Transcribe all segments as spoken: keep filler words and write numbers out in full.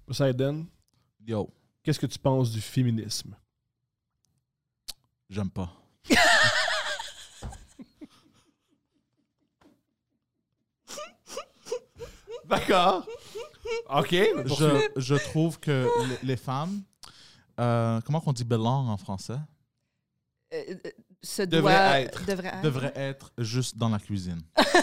Poseidon, Yo, qu'est-ce que tu penses du féminisme? j'aime pas. D'accord. OK. Je, je trouve que les, les femmes, euh, comment qu'on dit belong en français, Euh, euh, se Devrait doit, être. Devrait être. devraient être juste dans la cuisine.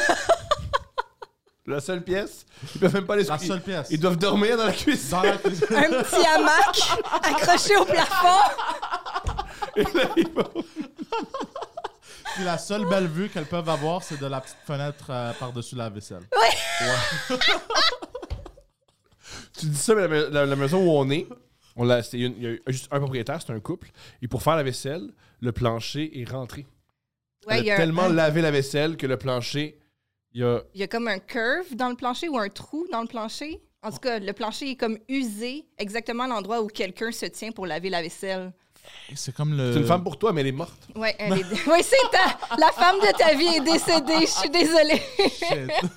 La seule pièce, ils peuvent même pas les La seule pièce. Ils doivent dormir dans la cuisine. Dans la cuisine. Un petit hamac accroché au plafond. Et là, ils vont- Puis la seule belle vue qu'elles peuvent avoir, c'est de la petite fenêtre euh, par-dessus la vaisselle. Tu dis ça, mais la, la- la maison où on est, on l'a, c'était une- il y a eu juste un propriétaire, c'est un couple. Et pour faire la vaisselle, le plancher est rentré. Ouais, Elle il y a a tellement un- lavé la vaisselle que le plancher, il y a... Il y a comme un curve dans le plancher ou un trou dans le plancher. En tout cas, le plancher est comme usé exactement à l'endroit où quelqu'un se tient pour laver la vaisselle. C'est comme le... C'est une femme pour toi, mais elle est morte. Ouais, elle est... ouais, c'est ta... La femme de ta vie est décédée. Je suis désolée. Shit.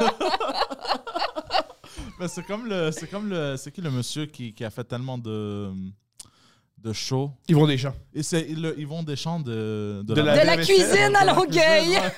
Mais c'est comme le... C'est comme le... C'est qui le monsieur qui, qui a fait tellement de... de shows? Ils vont des champs. Et c'est le Yvon Deschamps de... De De la- la vaisselle. cuisine à Longueuil. Ouais.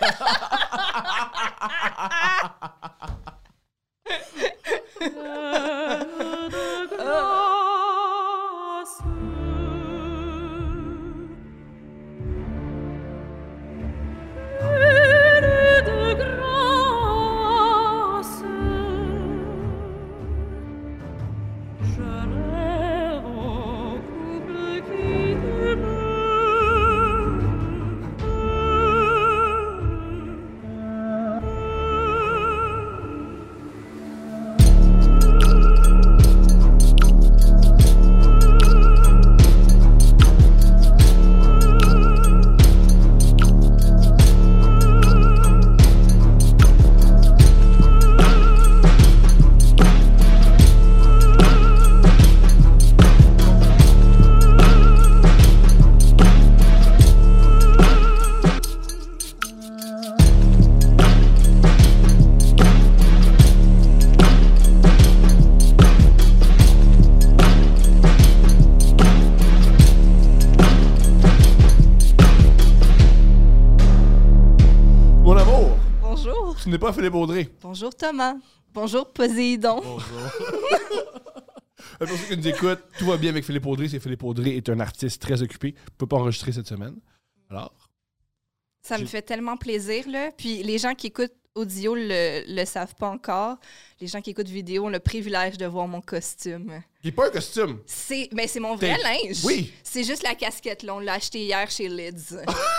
Mon amour, Bonjour. tu n'es pas Philippe Audrey. Bonjour Thomas. Bonjour Poséidon. Bonjour. Pour ceux qui nous écoutent, tout va bien avec Philippe Audrey. C'est Philippe Audrey est un artiste très occupé. Il ne peut pas enregistrer cette semaine. Alors, Ça me J'ai- fait tellement plaisir, là. Puis les gens qui écoutent audio le, le savent pas encore. Les gens qui écoutent vidéo ont le privilège de voir mon costume. il n'est pas un costume. C'est, mais c'est mon vrai T'es- linge. Oui. C'est juste la casquette, là. On l'a acheté hier chez Lids.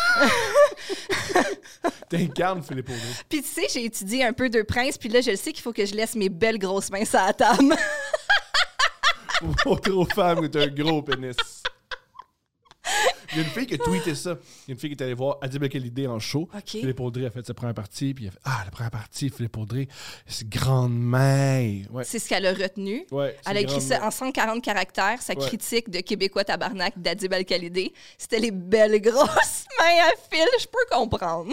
T'incarnes Philippe Audrey. Puis tu sais, j'ai étudié un peu Deux Princes, puis là, je le sais qu'il faut que je laisse mes belles grosses mains sur la table. Pour montrer aux femmes que t'as un gros pénis. Il y a une fille qui a tweeté ça. Il y a une fille qui est allée voir Adib El-Khalidé en show. OK. Philippe Audrey a fait sa première partie, puis il a fait Ah, la première partie, Philippe Audrey, c'est grande main. Ouais. C'est ce qu'elle a retenu. Ouais, c'est Elle a écrit grande ça main. en cent quarante caractères, sa Ouais. critique de Québécois tabarnak d'Adib Al-Khalidé. C'était les belles grosses mains à fil. Je peux comprendre.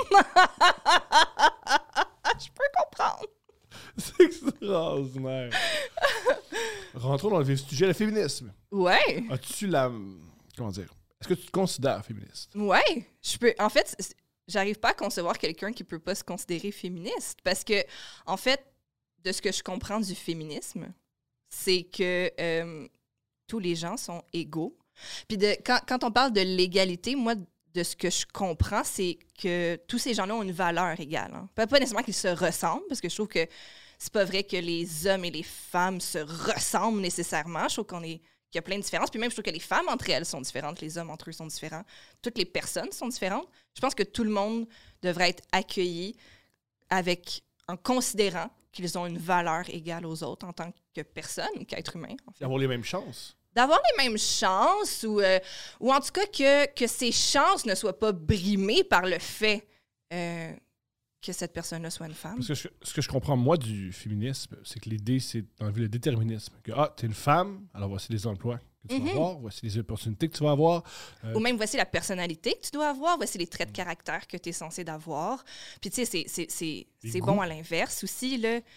Je peux comprendre. C'est extraordinaire. Rentrons dans le vif du sujet, le féminisme. Ouais. As-tu la. Comment dire? Est-ce que tu te considères féministe? Ouais. Je peux. En fait, c- j'arrive pas à concevoir quelqu'un qui peut pas se considérer féministe. Parce que, en fait, de ce que je comprends du féminisme, c'est que euh, tous les gens sont égaux. Puis de, quand, quand on parle de l'égalité, moi, de ce que je comprends, c'est que tous ces gens-là ont une valeur égale. Hein. Pas, pas nécessairement qu'ils se ressemblent, parce que je trouve que c'est pas vrai que les hommes et les femmes se ressemblent nécessairement. Je trouve qu'on est, qu'il y a plein de différences. Puis même, je trouve que les femmes entre elles sont différentes, les hommes entre eux sont différents. Toutes les personnes sont différentes. Je pense que tout le monde devrait être accueilli avec, en considérant qu'ils ont une valeur égale aux autres en tant que personne, qu'être humain. En fait. Avoir les mêmes chances. D'avoir les mêmes chances ou, euh, ou en tout cas que, que ces chances ne soient pas brimées par le fait euh, que cette personne-là soit une femme. Parce que je- ce que je comprends, moi, du féminisme, c'est que l'idée, c'est d'enlever le déterminisme. Que, ah, t'es une femme, alors voici les emplois que tu vas Mhm. avoir, voici les opportunités que tu vas avoir. Euh, Ou même, voici la personnalité que tu dois avoir, voici les traits de caractère que tu es censé d'avoir. Puis, tu sais, c'est- c'est- c'est Les c'est goûts. bon à l'inverse aussi, là. Tu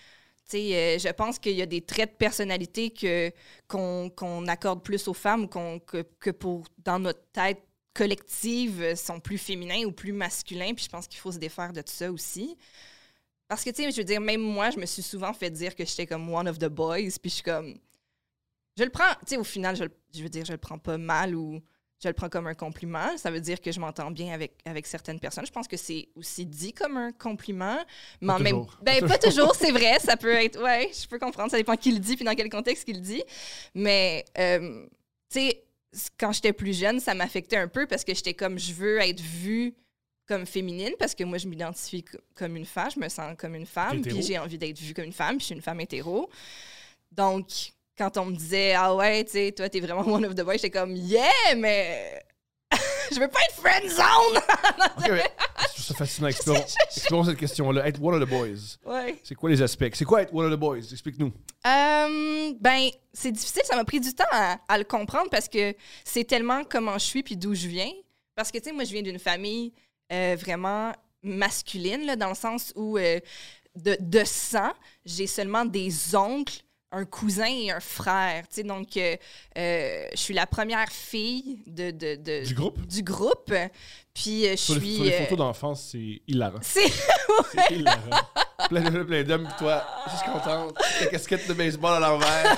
Euh, je pense qu'il y a des traits de personnalité que, qu'on, qu'on accorde plus aux femmes qu'on, que, que pour, dans notre tête collective, sont plus féminins ou plus masculins. Puis je pense qu'il faut se défaire de tout ça aussi. Parce que, tu sais, je veux dire, même moi, je me suis souvent fait dire que j'étais comme one of the boys. Puis je suis comme... Je le prends... Tu sais, au final, je, je veux dire, je le prends pas mal ou... Je le prends comme un compliment. Ça veut dire que je m'entends bien avec, avec certaines personnes. Je pense que c'est aussi dit comme un compliment. Mais Pas en même toujours. ben, pas toujours, c'est vrai. Ça peut être... Ouais, je peux comprendre. Ça dépend qui le dit puis dans quel contexte qu'il le dit. Mais, euh, tu sais, quand j'étais plus jeune, ça m'affectait un peu parce que j'étais comme, je veux être vue comme féminine parce que moi, je m'identifie comme une femme. Je me sens comme une femme. Puis j'ai envie d'être vue comme une femme. Puis je suis une femme hétéro. Donc... Quand on me disait, ah ouais, tu sais, toi, t'es vraiment one of the boys, j'étais comme, yeah, mais je veux pas être friendzone! OK, mais je trouve ça fascinant. Explorons, explorons cette question-là. Être one of the boys. Ouais. C'est quoi les aspects? C'est quoi être one of the boys? Explique-nous. Euh, ben, c'est difficile. Ça m'a pris du temps à, à le comprendre parce que c'est tellement comment je suis puis d'où je viens. Parce que, tu sais, moi, je viens d'une famille euh, vraiment masculine, là, dans le sens où, euh, de, de sang, j'ai seulement des oncles, un cousin et un frère, tu sais, donc euh, euh, je suis la première fille de, de, de Du groupe? Du groupe, puis euh, je Sur les, suis... sur les euh, photos d'enfance, c'est hilarant. C'est... C'est hilarant. Plein de plein d'hommes, puis toi, juste contente. Ta casquette de baseball à l'envers.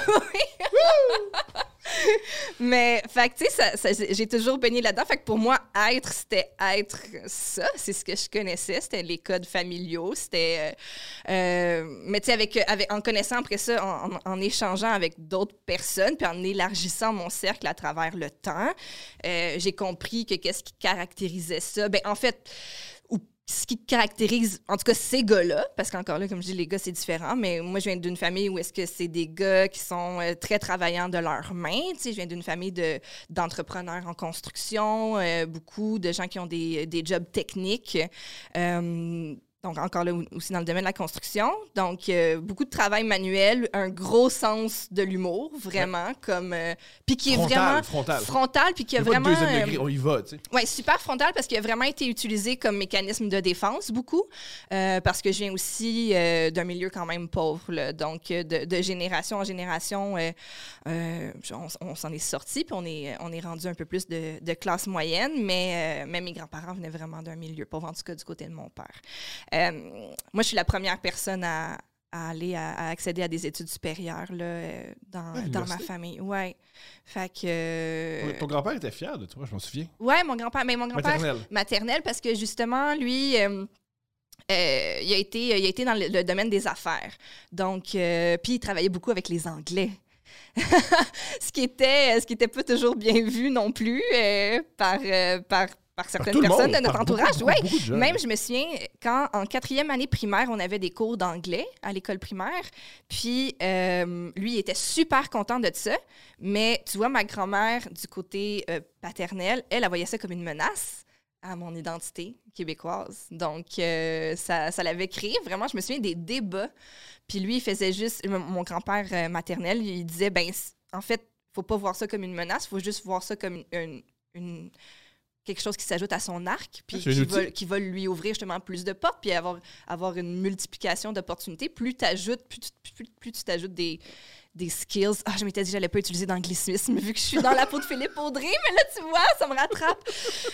Mais, fait que, tu sais, ça, ça, j'ai toujours baigné là-dedans. Fait que pour moi, être, c'était être ça. C'est ce que je connaissais. C'était les codes familiaux. C'était... Euh, euh, mais, tu sais, avec, avec, en connaissant après ça, en, en, en échangeant avec d'autres personnes, puis en élargissant mon cercle à travers le temps, euh, j'ai compris que qu'est-ce qui caractérisait ça. Ben, en fait... ce qui caractérise, en tout cas, ces gars-là, parce qu'encore là, comme je dis, les gars, c'est différent, mais moi, je viens d'une famille où est-ce que c'est des gars qui sont euh, très travaillants de leurs mains. Tu sais, je viens d'une famille de, d'entrepreneurs en construction, euh, beaucoup de gens qui ont des, des jobs techniques. Euh, donc, encore là, aussi dans le domaine de la construction. Donc, euh, beaucoup de travail manuel, un gros sens de l'humour, vraiment, ouais. comme... Euh, puis qui frontal, est vraiment... Frontal, frontal. Puis qui a pas vraiment... De deuxième degré, on y va, tu sais. Oui, super frontal, parce qu'il a vraiment été utilisé comme mécanisme de défense, beaucoup, euh, parce que je viens aussi euh, d'un milieu quand même pauvre, là. Donc, de, de génération en génération, euh, euh, on, on s'en est sorti, puis on est, on est rendu un peu plus de, de classe moyenne, mais, euh, mais mes grands-parents venaient vraiment d'un milieu pauvre, en tout cas du côté de mon père. Euh, moi, je suis la première personne à, à aller à, à accéder à des études supérieures là, euh, dans, ah, dans ma famille. Ouais. Fait que... Euh, Ton grand-père était fier de toi, je m'en souviens. Ouais, mon grand-père. Mais mon grand-père... Maternel. Maternel, parce que justement, lui... Euh, Euh, il, a été, il a été dans le, le domaine des affaires. Donc, euh, puis il travaillait beaucoup avec les Anglais. ce qui était, ce qui était pas toujours bien vu non plus euh, par, euh, par, par certaines par personnes monde, de notre par entourage. Beaucoup, ouais. beaucoup de gens. Même, je me souviens, quand en quatrième année primaire, on avait des cours d'anglais à l'école primaire. Puis, euh, lui, il était super content de ça. Mais tu vois, ma grand-mère, du côté euh, paternel, elle, elle voyait ça comme une menace à mon identité québécoise. Donc, euh, ça, ça l'avait créé. Vraiment, je me souviens des débats. Puis lui, il faisait juste... Mon grand-père euh, maternel, il disait, ben en fait, faut pas voir ça comme une menace, faut juste voir ça comme une... une, une quelque chose qui s'ajoute à son arc, puis qui va, qui va lui ouvrir justement plus de portes, puis avoir, avoir une multiplication d'opportunités. Plus, t'ajoutes, plus, tu, plus, plus tu t'ajoutes des... des skills. Ah, je m'étais dit que j'allais pas utiliser d'anglicisme vu que je suis dans la peau de Philippe Audrey, mais là, tu vois, ça me rattrape.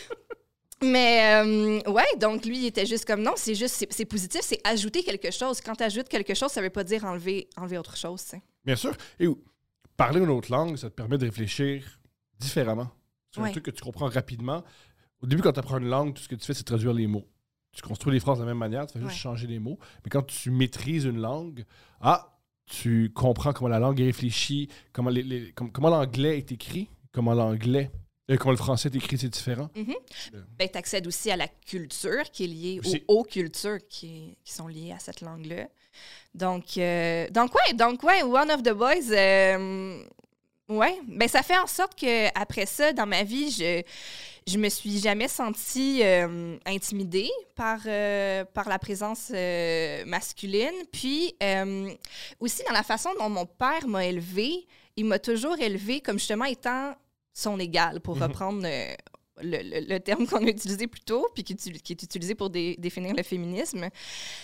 Mais, euh, ouais, donc lui, il était juste comme, non, c'est juste, c'est, c'est positif, c'est ajouter quelque chose. Quand tu ajoutes quelque chose, ça veut pas dire enlever, enlever autre chose, t'sais. Bien sûr. Et parler une autre langue, ça te permet de réfléchir différemment. C'est ouais. un truc que tu comprends rapidement. Au début, quand tu apprends une langue, tout ce que tu fais, c'est traduire les mots. Tu construis les phrases de la même manière, tu fais juste ouais. changer les mots. Mais quand tu maîtrises une langue, ah, tu comprends comment la langue est réfléchie, comment, les, les, com- comment l'anglais est écrit, comment l'anglais... Et quand le français est écrit, c'est différent. Mm-hmm. Euh. Ben, tu accèdes aussi à la culture qui est liée aussi. aux, aux cultures qui, qui sont liées à cette langue-là. Donc, euh, donc ouais, donc ouais, One of the Boys, euh, ouais, ben ça fait en sorte que après ça, dans ma vie, je je me suis jamais sentie euh, intimidée par euh, par la présence euh, masculine. Puis euh, aussi dans la façon dont mon père m'a élevée, il m'a toujours élevée comme justement étant son égal, pour reprendre euh, le, le, le terme qu'on a utilisé plus tôt, puis qui, qui est utilisé pour dé, définir le féminisme.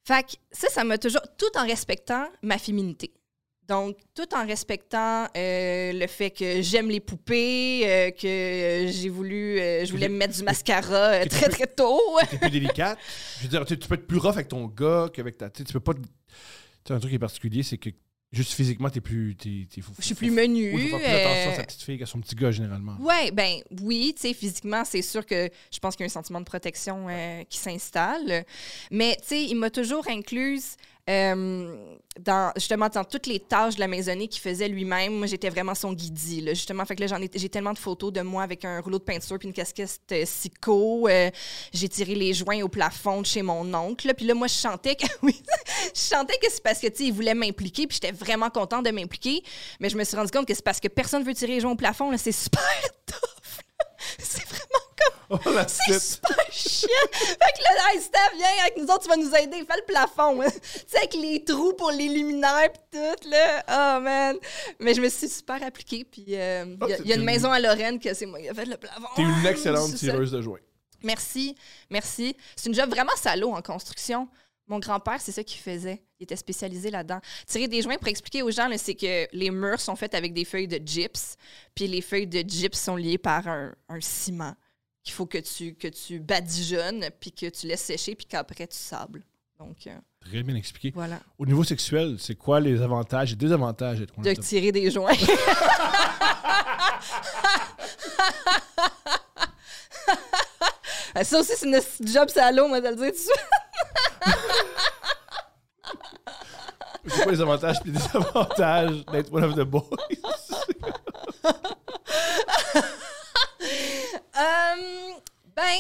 Fait que ça, ça m'a toujours... Tout en respectant ma féminité. Donc, tout en respectant euh, le fait que j'aime les poupées, euh, que j'ai voulu... Euh, je voulais me mettre du mascara euh, très, très tôt. T'es plus délicate. Je veux dire, tu peux être plus rough avec ton gars qu'avec ta... Tu peux pas... Tu un truc qui est particulier, c'est que juste physiquement, t'es plus... T'es, t'es, faut, je suis faut, plus faut, menue. Il faut faire plus attention à sa petite fille qu'à son petit gars, généralement. Ouais, ben oui, tu sais, physiquement, c'est sûr que je pense qu'il y a un sentiment de protection euh, qui s'installe. Mais, tu sais, il m'a toujours incluse... Euh, dans, justement, dans toutes les tâches de la maisonnée qu'il faisait lui-même. Moi, j'étais vraiment son guidi, là, justement. Fait que là, j'en ai, j'ai tellement de photos de moi avec un rouleau de peinture puis une casquette euh, Sico. Euh, j'ai tiré les joints au plafond de chez mon oncle. Là. Puis là, moi, je chantais que... oui, je chantais que c'est parce que, tu sais, il voulait m'impliquer puis j'étais vraiment contente de m'impliquer. Mais je me suis rendu compte que c'est parce que personne veut tirer les joints au plafond. Là. C'est super tough. C'est vraiment comme... Oh, la c'est super chiant. Fait que là, hey, Steph, viens avec nous autres, tu vas nous aider. Fais le plafond. Tu sais, avec les trous pour les luminaires pis tout, là. Oh, man. Mais je me suis super appliquée. Puis il euh, oh, y, y a une maison à Lorraine que c'est moi qui a fait le plafond. T'es une excellente tireuse de joints. Merci, merci. C'est une job vraiment salaud en construction. Mon grand-père, c'est ça qu'il faisait. Il était spécialisé là-dedans. Tirer des joints, pour expliquer aux gens, là, c'est que les murs sont faits avec des feuilles de gyps, puis les feuilles de gyps sont liées par un, un ciment qu'il faut que tu, que tu badigeonnes, puis que tu laisses sécher, puis qu'après, tu sables. Donc, euh, très bien expliqué. Voilà. Au niveau sexuel, c'est quoi les avantages et désavantages d'être de tirer des joints. Ça aussi, c'est une job salaud, moi, de le dire tout de suite. C'est quoi les avantages et les désavantages d'être one of the boys? um, ben,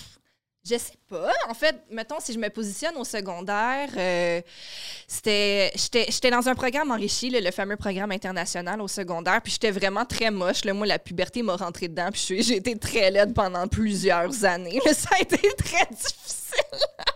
je sais pas. En fait, mettons, si je me positionne au secondaire, euh, c'était, j'étais, j'étais dans un programme enrichi, là, le fameux programme international au secondaire, puis j'étais vraiment très moche. Là. Moi, la puberté m'a rentré dedans, puis j'ai été très laide pendant plusieurs années. Là, ça a été très difficile.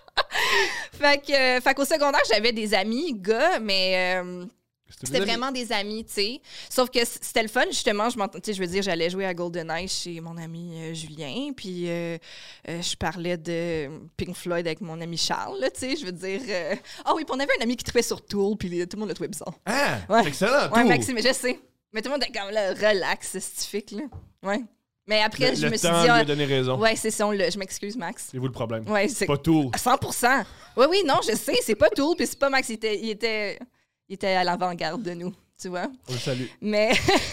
fait, que, fait qu'au secondaire, j'avais des amis, gars, mais... Euh, C'était, c'était vraiment des amis, tu sais. Sauf que c'était le fun, justement. Je, tu sais, je veux dire, j'allais jouer à GoldenEye chez mon ami euh, Julien, puis euh, euh, je parlais de Pink Floyd avec mon ami Charles, tu sais. Je veux dire... Ah euh... oh, oui, puis on avait un ami qui trouvait sur Tool, puis tout le monde le trouvait bizarre. Ah! Ouais. C'est excellent, Tool! Ouais, Maxime, je sais. Mais tout le monde était comme là, relax, scientifique, là. Ouais. Mais après, le, je le me suis temps dit... lui Ah, a donné raison. ouais, c'est ça, on l'a. Je m'excuse, Max. C'est vous le problème. Ouais, c'est pas Tool. cent pour cent. Oui, oui, non, je sais, c'est pas Tool, puis c'est pas Max. Il était, il, était, il était à l'avant-garde de nous, tu vois. On le salue. Mais,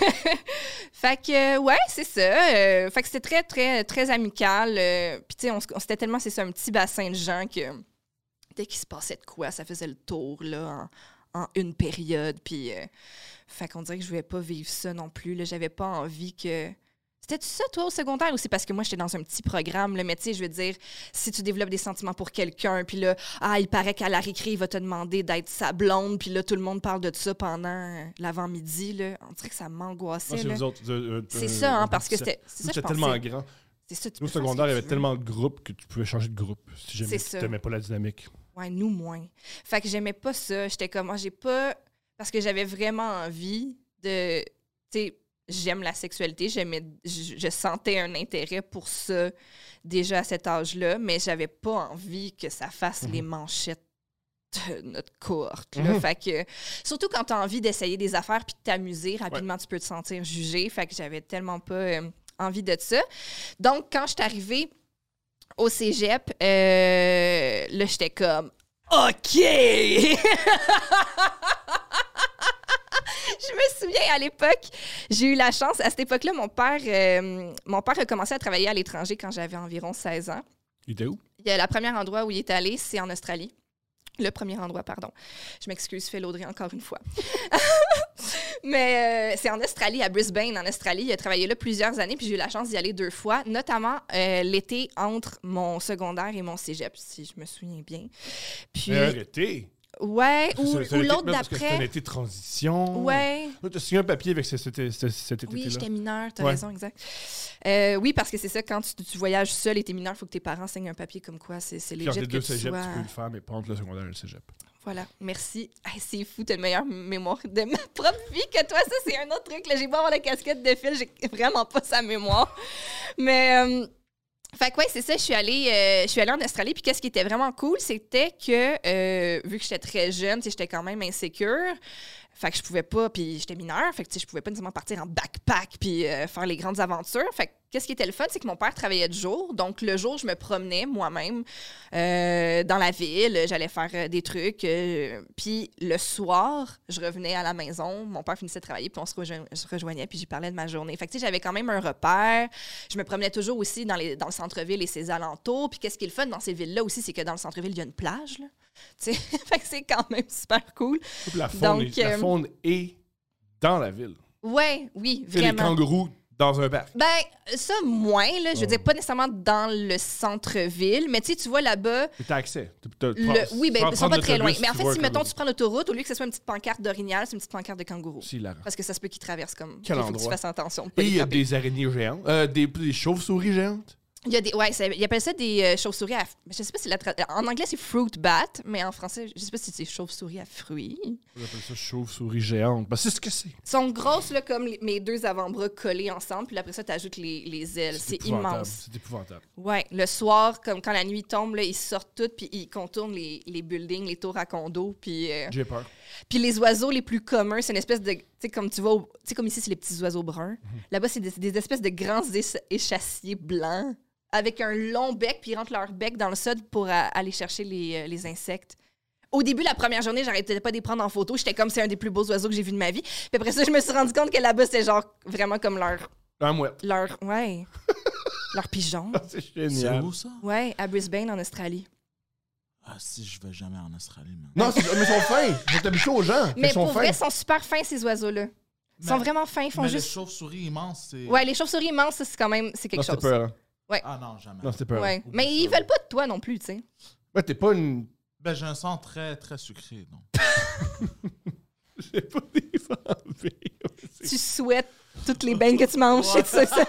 fait que, ouais, c'est ça. Euh, fait que c'était très, très, très amical. Euh, puis, tu sais, on, on, c'était tellement, c'est ça, un petit bassin de gens que dès qu'il se passait de quoi, ça faisait le tour, là, en, en une période. Puis, euh, fait qu'on dirait que je voulais pas vivre ça non plus. Là. J'avais pas envie que... C'était-tu ça, toi, au secondaire? Ou c'est parce que moi, j'étais dans un petit programme, là, mais tu sais, je veux dire, si tu développes des sentiments pour quelqu'un, puis là, ah, il paraît qu'à la récré, il va te demander d'être sa blonde, puis là, tout le monde parle de ça pendant l'avant-midi, là. On dirait que ça m'angoissait, ah, c'est là. vous autres, euh, euh, c'est ça, hein, parce que c'était... C'est ça, c'était tellement grand. C'est ça, tu Au secondaire, il y avait tellement de groupes que tu pouvais changer de groupe si jamais tu n'aimais pas la dynamique. Ouais, nous, moins. Fait que j'aimais pas ça. J'étais comme, moi, j'ai pas... Parce que j'avais vraiment envie de... Tu sais, j'aime la sexualité, j'aimais, je, je sentais un intérêt pour ça déjà à cet âge-là, mais j'avais pas envie que ça fasse mm-hmm. les manchettes de notre cohorte. Là. Mm-hmm. Fait que, surtout quand tu as envie d'essayer des affaires puis de t'amuser, rapidement, ouais. tu peux te sentir jugé. Fait que j'avais tellement pas euh, envie de ça. Donc, quand je suis arrivée au cégep, euh, là, j'étais comme « OK! » Je me souviens, à l'époque, j'ai eu la chance. À cette époque-là, mon père, euh, mon père a commencé à travailler à l'étranger quand j'avais environ seize ans. Il était où? Il y a le premier endroit où il est allé, c'est en Australie. Le premier endroit, pardon. Je m'excuse, Phil Audrey, encore une fois. Mais euh, c'est en Australie, à Brisbane, en Australie. Il a travaillé là plusieurs années, puis j'ai eu la chance d'y aller deux fois, notamment euh, l'été entre mon secondaire et mon cégep, si je me souviens bien. Puis... Mais arrêtez! Ouais, ou, ou l'autre d'après. Parce que c'était un été de transition. Ouais. Tu as signé un papier avec cet, cet, cet, cet été-là. Oui, j'étais mineure, tu as ouais. raison, exact. Euh, oui, parce que c'est ça, quand tu, tu voyages seul et t'es mineur, il faut que tes parents signent un papier comme quoi c'est, c'est légit que deux tu cégep, sois... tu peux le faire, mais pas entre le secondaire et le cégep. Voilà, merci. Hey, c'est fou, t'as une meilleure mémoire de ma propre vie que toi. Ça, c'est un autre truc. Là. J'ai beau avoir la casquette de Phil, j'ai vraiment pas sa mémoire. Mais... Euh, Fait que ouais, c'est ça, je suis allée, euh, je suis allée en Australie, puis qu'est-ce qui était vraiment cool, c'était que, euh, vu que j'étais très jeune, tu sais, j'étais quand même insécure, fait que je pouvais pas, puis j'étais mineure, fait que tu sais, je pouvais pas nécessairement partir en backpack puis euh, faire les grandes aventures. Fait que qu'est-ce qui était le fun, c'est que mon père travaillait de jour, donc le jour, je me promenais moi-même euh, dans la ville, j'allais faire euh, des trucs, euh, puis le soir, je revenais à la maison, mon père finissait de travailler, puis on se, rejo- se rejoignait, puis j'y parlais de ma journée. Fait que tu sais, j'avais quand même un repère, je me promenais toujours aussi dans, les, dans le centre-ville et ses alentours, puis qu'est-ce qui est le fun dans ces villes-là aussi, c'est que dans le centre-ville, il y a une plage, là. Tu sais, fait que c'est quand même super cool. La faune, Donc, est, la euh, faune est dans la ville. Ouais, oui, C'est les vraiment. kangourous dans un parc. Ben, ça, moins, là. Je veux Oh. dire, pas nécessairement dans le centre-ville, mais tu sais, tu vois là-bas. Mais t'as accès. T'as- t'as- Le... Oui, ben, sans ils sont prendre pas très loin. l'autobus, Mais en tu fait, vois si, un mettons, kangourou. tu prends l'autoroute, au lieu que ce soit une petite pancarte d'orignal, c'est une petite pancarte de kangourou. C'est hilarant. Parce que ça se peut qu'ils traversent comme. Quel Il faut que tu endroit. fasses attention. de pas Et les il y a frapper. des araignées géantes. Euh, des, des chauves-souris géantes. Il y a des. Ouais, ça- ils appellent ça des euh, chauves-souris à. Je sais pas si la. tra- En anglais, c'est fruit bat, mais en français, je sais pas si c'est chauves-souris à fruits. On appelle ça chauve-souris géante. Ben, c'est ce que c'est. Ils sont grosses, là, comme les- mes deux avant-bras collés ensemble, puis après ça, tu ajoutes les, les ailes. C'est épouvantable. immense. C'est épouvantable. Ouais, le soir, comme quand la nuit tombe, là, ils sortent toutes, puis ils contournent les, les buildings, les tours à condos, puis euh, J'ai peur. puis les oiseaux les plus communs, c'est une espèce de, tu sais, comme tu vois, au- tu sais, comme ici, c'est les petits oiseaux bruns. Là-bas, c'est des, des espèces de grands éch- échassiers blancs avec un long bec, puis ils rentrent leur bec dans le sol pour euh, aller chercher les, euh, les insectes. Au début, la première journée, j'arrêtais pas de les prendre en photo. J'étais comme, c'est un des plus beaux oiseaux que j'ai vu de ma vie. Puis après ça, je me suis rendu compte que là-bas, c'était genre vraiment comme leur, Un mouette. leur, ouais, leur pigeon. C'est C'est génial. où ça? Ouais, à Brisbane, en Australie. Ah, si, je vais jamais en Australie, man. Non, c'est- mais ils sont fins. Ils sont habitués aux gens. Mais ils sont pour fins. vrai, ils sont super fins, ces oiseaux-là. Ils sont Mais- vraiment fins, ils font Mais juste... les chauves-souris immenses, c'est... Ouais, les chauves-souris immenses, ça, c'est quand même... C'est quelque Non, c'était chose. peur. Ah non, jamais. Non, c'était peur. Ouais. Oublie Mais ça. ils veulent pas de toi non plus, tu sais. Ouais, t'es pas une. Ben, j'ai un sang très, très sucré, donc. C'est pas des vampires. C'est- Tu souhaites toutes les bains que tu manges, c'est ça, ça.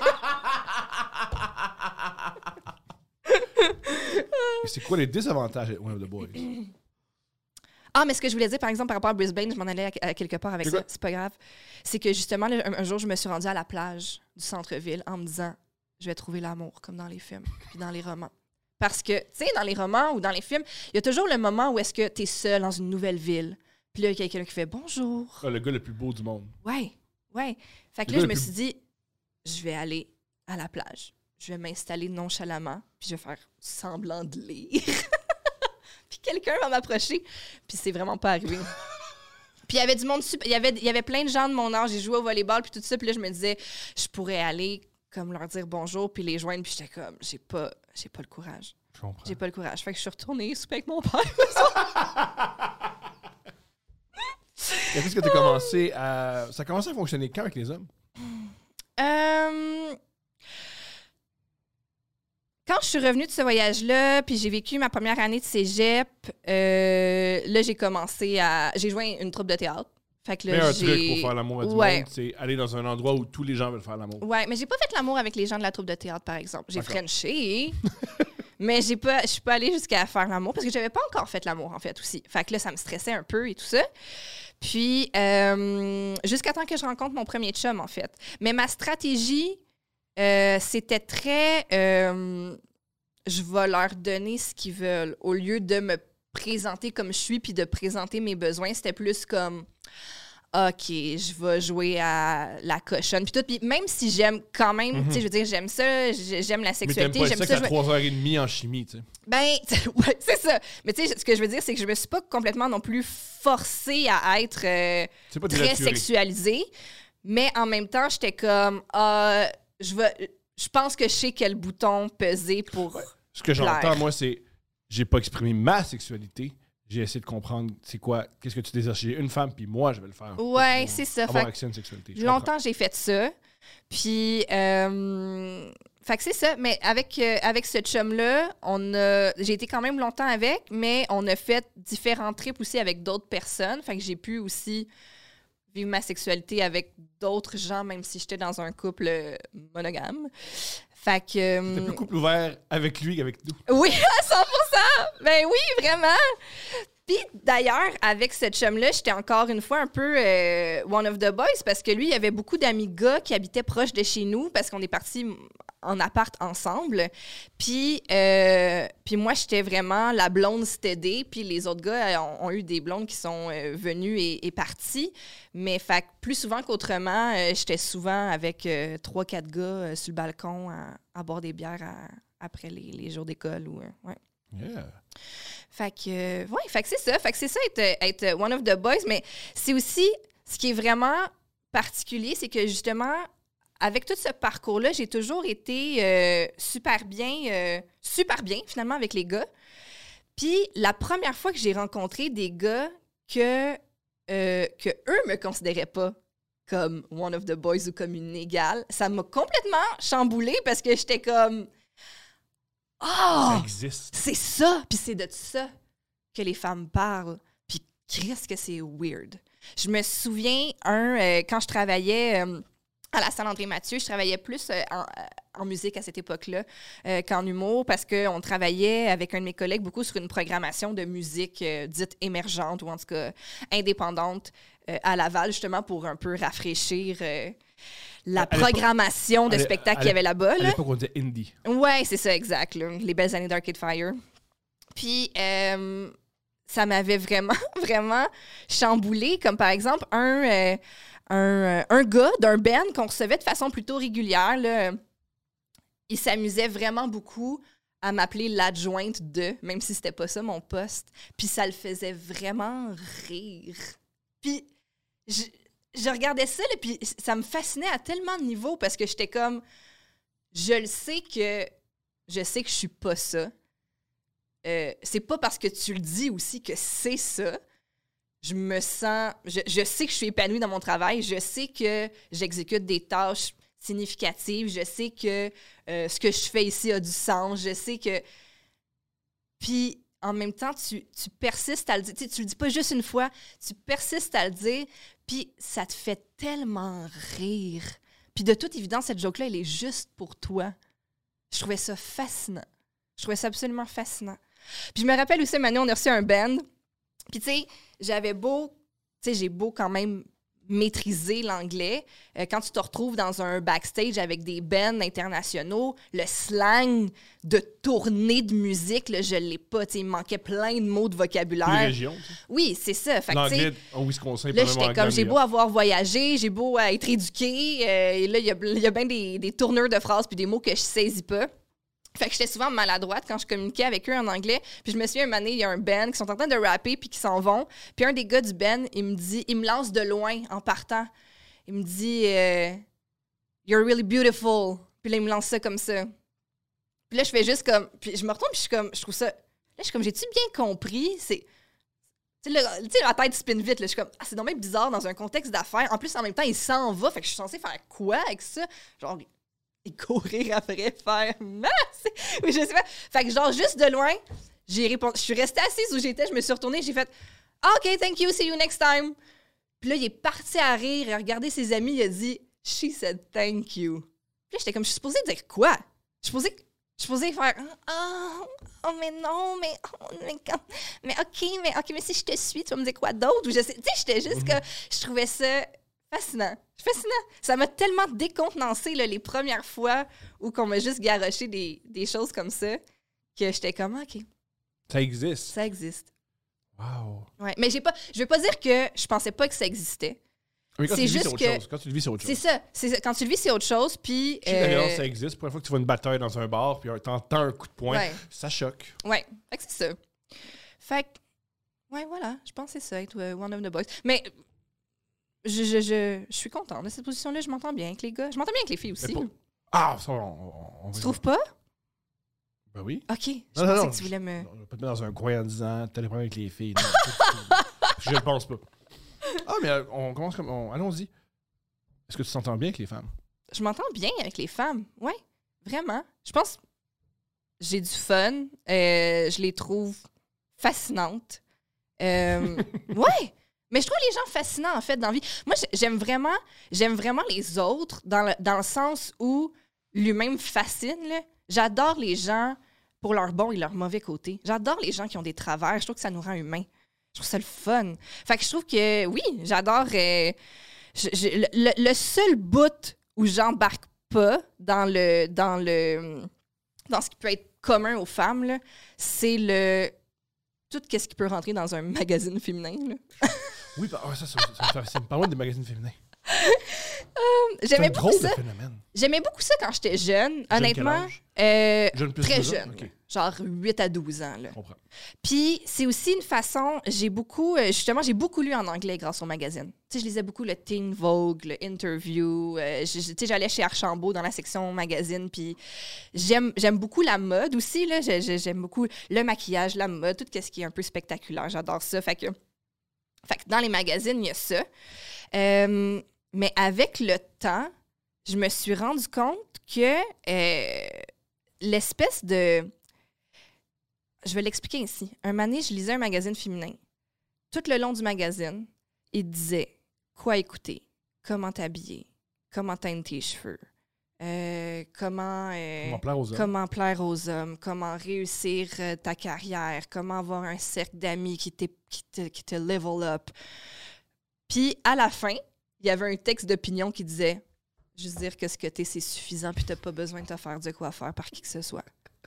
Et c'est quoi les désavantages d'être One of the Boys? Ah, mais ce que je voulais dire, par exemple, par rapport à Brisbane, je m'en allais à, à quelque part avec C'est ça, quoi? c'est pas grave. C'est que justement, là, un, un jour, je me suis rendue à la plage du centre-ville en me disant, je vais trouver l'amour, comme dans les films, puis dans les romans. Parce que, tu sais, dans les romans ou dans les films, il y a toujours le moment où est-ce que tu es seul dans une nouvelle ville. Puis là, il y a quelqu'un qui fait bonjour. Ah, le gars le plus beau du monde. Ouais, ouais. Fait que Le là, je gars me le suis dit, je vais aller à la plage. Je vais m'installer nonchalamment, puis je vais faire semblant de lire. Puis quelqu'un va m'approcher, puis c'est vraiment pas arrivé. Puis il y avait du monde super... Il y avait, il y avait plein de gens de mon âge, j'ai joué au volleyball, puis tout ça, puis là, je me disais, je pourrais aller comme leur dire bonjour, puis les joindre, puis j'étais comme, j'ai pas, j'ai pas le courage. Je comprends. J'ai pas le courage. Fait que je suis retournée souper avec mon père. Et qu'est-ce que t'as commencé à. Ça a commencé à fonctionner quand avec les hommes? Euh, Quand je suis revenue de ce voyage-là, puis j'ai vécu ma première année de cégep, euh, là, j'ai commencé à... J'ai joint une troupe de théâtre. Fait que Mais là, un j'ai... truc pour faire l'amour à du Ouais. monde, c'est aller dans un endroit où tous les gens veulent faire l'amour. Ouais, mais j'ai pas fait l'amour avec les gens de la troupe de théâtre, par exemple. J'ai D'accord. frenché, mais j'ai pas, je suis pas allée jusqu'à faire l'amour parce que j'avais pas encore fait l'amour, en fait, aussi. Fait que là, ça me stressait un peu et tout ça. Puis, euh, jusqu'à temps que je rencontre mon premier chum, en fait. Mais ma stratégie, euh, c'était très... euh, je vais leur donner ce qu'ils veulent. Au lieu de me présenter comme je suis puis de présenter mes besoins, c'était plus comme... OK, je vais jouer à la cochonne. Puis tout. Puis même si j'aime quand même, Mhm. tu sais, je veux dire, j'aime ça, j'ai- j'aime la Mais t'aimes sexualité, pas j'aime ça ça. qu'à jouer- trois heures trente en chimie, tu sais. Ben, ouais, c'est ça. Mais tu sais, ce que je veux dire, c'est que je me suis pas complètement non plus forcée à être euh, C'est pas très dénaturé. sexualisée. Mais en même temps, j'étais comme, ah, je vais, je pense que je sais quel bouton peser pour. Ce que j'entends, Plaire. moi, c'est j'ai pas exprimé ma sexualité. J'ai essayé de comprendre c'est quoi, qu'est-ce que tu désires chez une femme, puis moi, je vais le faire. Ouais, Pour c'est ça. Avoir Fait accès à une sexualité. que Je longtemps, j'ai fait ça. Puis, euh, fait que c'est ça. Mais avec, euh, avec ce chum-là, on a, j'ai été quand même longtemps avec, mais on a fait différents trips aussi avec d'autres personnes. Fait que j'ai pu aussi vivre ma sexualité avec d'autres gens, même si j'étais dans un couple euh, monogame. Fait que... euh, T'es plus couple ouvert avec lui qu'avec nous. Oui, à cent pour cent! Ben oui, vraiment! Puis d'ailleurs, avec ce chum-là, j'étais encore une fois un peu euh, one of the boys parce que lui, il y avait beaucoup d'amis gars qui habitaient proche de chez nous parce qu'on est partis en appart ensemble. Puis, euh, puis moi, j'étais vraiment la blonde stédée. Puis les autres gars ont, ont eu des blondes qui sont euh, venues et, et parties. Mais fait, plus souvent qu'autrement, euh, j'étais souvent avec euh, trois, quatre gars euh, sur le balcon à, à boire des bières à, après les, les jours d'école. Ou, euh, ouais. Yeah. Fait que, euh, ouais, fait que c'est ça. Fait que c'est ça, être, être one of the boys. Mais c'est aussi, ce qui est vraiment particulier, c'est que justement, avec tout ce parcours-là, j'ai toujours été euh, super bien, euh, super bien, finalement, avec les gars. Puis la première fois que j'ai rencontré des gars que, euh, que eux me considéraient pas comme one of the boys ou comme une égale, ça m'a complètement chamboulée parce que j'étais comme... Oh! Ça existe. C'est ça! Puis c'est de ça que les femmes parlent. Puis qu'est-ce que c'est weird. Je me souviens, un, euh, quand je travaillais euh, à la salle André-Mathieu, je travaillais plus euh, en, en musique à cette époque-là euh, qu'en humour parce qu'on travaillait avec un de mes collègues beaucoup sur une programmation de musique euh, dite émergente ou en tout cas indépendante euh, à Laval, justement pour un peu rafraîchir... Euh, la programmation de spectacles qu'il y avait là-bas. Là. À l'époque, on disait indie. Ouais, c'est ça, exact. Là. Les belles années d'Arcade Fire. Puis, euh, ça m'avait vraiment, vraiment chamboulé. Comme par exemple, un, euh, un, un gars d'un band qu'on recevait de façon plutôt régulière, là, il s'amusait vraiment beaucoup à m'appeler l'adjointe de, même si c'était pas ça mon poste. Puis, ça le faisait vraiment rire. Puis, je... Je regardais ça, là, puis ça me fascinait à tellement de niveaux parce que j'étais comme... Je le sais que... Je sais que je suis pas ça. Euh, c'est pas parce que tu le dis aussi que c'est ça. Je me sens... Je, je sais que je suis épanouie dans mon travail. Je sais que j'exécute des tâches significatives. Je sais que euh, ce que je fais ici a du sens. Je sais que... Puis... En même temps, tu, tu persistes à le dire. Tu, tu le dis pas juste une fois, tu persistes à le dire, puis ça te fait tellement rire. Puis de toute évidence, cette joke-là, elle est juste pour toi. Je trouvais ça fascinant. Je trouvais ça absolument fascinant. Puis je me rappelle aussi, Manu, on a reçu un band. Puis tu sais, j'avais beau... Tu sais, j'ai beau quand même maîtriser l'anglais. Euh, quand tu te retrouves dans un backstage avec des bands internationaux, le slang de tournée de musique, là, je l'ai pas. T'sais, il me manquait plein de mots de vocabulaire. Une région. T'sais. Oui, c'est ça. Fait l'anglais au Wisconsin. Là, j'étais comme, j'ai beau avoir voyagé, j'ai beau être éduqué, euh, et là, il y a, y a bien des, des tourneurs de phrases puis des mots que je saisis pas. Fait que j'étais souvent maladroite quand je communiquais avec eux en anglais. Puis je me souviens, une année, il y a un band qui sont en train de rapper puis qui s'en vont. Puis un des gars du band, il me dit, il me lance de loin en partant. Il me dit euh, « You're really beautiful ». Puis là, il me lance ça comme ça. Puis là, je fais juste comme... Puis je me retourne puis je suis comme... Je trouve ça... Là, je suis comme, j'ai-tu bien compris? C'est... Tu sais, la tête spin vite. Là. Je suis comme, ah, c'est donc bien bizarre dans un contexte d'affaires. En plus, en même temps, il s'en va. Fait que je suis censée faire quoi avec ça? Genre... et courir après, faire masse. Oui, je sais pas. Fait que genre, juste de loin, j'ai répondu. Je suis restée assise où j'étais, je me suis retournée, j'ai fait ah, « OK, thank you, see you next time ». Puis là, il est parti à rire et à regarder ses amis, il a dit « She said thank you ». Puis là, j'étais comme, je suis supposée dire quoi? Je suis supposée, je suis supposée faire « Oh, oh, mais non, mais, oh, mais, mais OK, mais OK, mais si je te suis, tu vas me dire quoi d'autre? » Ou je sais, tu sais, j'étais juste que je trouvais ça... fascinant. Fascinant. Ça m'a tellement décontenancé là, les premières fois où qu'on m'a juste garoché des, des choses comme ça que j'étais comme, OK. Ça existe. Ça existe. Wow. Ouais, mais j'ai pas, je veux pas dire que je pensais pas que ça existait. Mais quand c'est tu le vis, juste c'est autre que... chose. Quand tu le vis, c'est autre chose. C'est ça. C'est ça. Quand tu le vis, c'est autre chose. Puis. Je sais que la euh... violence, ça existe. Pour une fois que tu vois une bataille dans un bar, puis t'entends un coup de poing, ouais. ça choque. Ouais. Fait que c'est ça. Fait que. Ouais, voilà. Je pense que c'est ça, être one of the boys. Mais. Je, je, je, je suis contente de cette position-là. Je m'entends bien avec les gars. Je m'entends bien avec les filles aussi. Pas... Ah, ça, on, on, on Tu va... trouves pas? Ben oui. OK. Je non, pensais non, non, que tu voulais me... Je ne vais pas te mettre dans un coin en disant t'as des problèmes avec les filles. Non, je ne pense pas. Ah, mais on commence comme... On... Allons-y. Est-ce que tu t'entends bien avec les femmes? Je m'entends bien avec les femmes. Oui, vraiment. Je pense j'ai du fun. Euh, je les trouve fascinantes. Euh, ouais! Mais je trouve les gens fascinants, en fait, dans la vie. Moi, j'aime vraiment, j'aime vraiment les autres dans le, dans le sens où l'humain me fascine. Là. J'adore les gens pour leur bon et leur mauvais côté. J'adore les gens qui ont des travers. Je trouve que ça nous rend humains. Je trouve ça le fun. Fait que je trouve que, oui, j'adore... Euh, je, je, le, le seul bout où j'embarque pas dans le... dans le dans ce qui peut être commun aux femmes, là, c'est le... tout ce qui peut rentrer dans un magazine féminin. Là. Oui, bah, ça, ça, ça, ça, ça me parle des magazines féminins. Euh, j'aimais beaucoup drôle ça. de phénomène. J'aimais beaucoup ça quand j'étais jeune, Jeune honnêtement. quel âge? Euh, Jeune plus très de deux ans? jeune, Ok. genre huit à douze ans. Là. Je comprends. Puis c'est aussi une façon, j'ai beaucoup, euh, justement, j'ai beaucoup lu en anglais grâce au magazine. Tu sais, je lisais beaucoup le Teen Vogue, le Interview. Euh, je- je- tu sais, j'allais chez Archambault dans la section magazine. Puis j'aime, j'aime beaucoup la mode aussi. Là. J'ai- j'ai- J'aime beaucoup le maquillage, la mode, tout ce qui est un peu spectaculaire. J'adore ça. Fait que, fait que dans les magazines, il y a ça. Euh, mais avec le temps, je me suis rendu compte que euh, l'espèce de... Je vais l'expliquer ici. Un moment donné, je lisais un magazine féminin. Tout le long du magazine, il disait quoi écouter, comment t'habiller, comment teindre tes cheveux, euh, comment, euh, Comment plaire aux hommes. comment plaire aux hommes, comment réussir euh, ta carrière, comment avoir un cercle d'amis qui, t'est- qui, te, qui te level up. Puis, à la fin, il y avait un texte d'opinion qui disait « Juste dire que ce que t'es, c'est suffisant, puis t'as pas besoin de te faire de quoi faire par qui que ce soit. »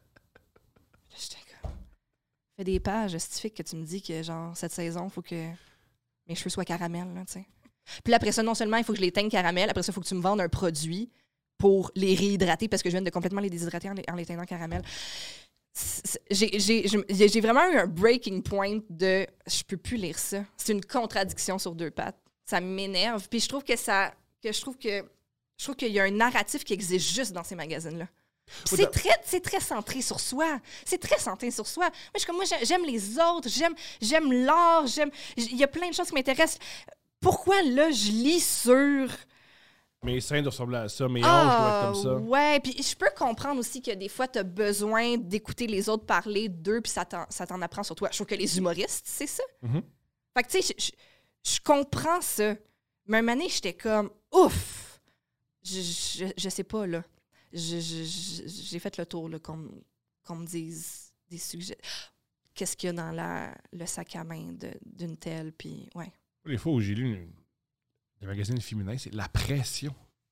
Là, j'étais comme... Fais des pages justifiques que tu me dis que, genre, cette saison, il faut que mes cheveux soient caramel, là, tu sais. Puis là, après ça, non seulement il faut que je les teigne caramel, après ça, il faut que tu me vendes un produit pour les réhydrater, parce que je viens de complètement les déshydrater en les, en les teignant caramel. C'est- J'ai, j'ai, j'ai j'ai vraiment eu un breaking point de je peux plus lire ça. C'est une contradiction sur deux pattes. Ça m'énerve. Puis je trouve que ça. que je trouve que. Je trouve qu'il y a un narratif qui existe juste dans ces magazines-là. Puis Oui, c'est dans- très, c'est très centré sur soi. C'est très centré sur soi. Moi, je suis comme, moi, j'ai- j'aime les autres, j'aime, j'aime l'art, j'aime. Il y a plein de choses qui m'intéressent. Pourquoi là, je lis sur. Mes seins doivent ressembler à ça, mes hanches doivent être comme ça. Ouais, puis je peux comprendre aussi que des fois, tu as besoin d'écouter les autres parler d'eux, puis ça t'en, ça t'en apprend sur toi. Je trouve que les humoristes, c'est ça. Mhm. Fait que, tu sais, je- je je comprends ça. Mais un moment donné, j'étais comme, ouf! Je, je, je sais pas, là. Je- je- je- j'ai fait le tour, là, qu'on, me- qu'on me dise des sujets. Qu'est-ce qu'il y a dans la, le sac à main de, d'une telle, puis ouais. Les fois où j'ai lu une- des magazines féminins, c'est la pression.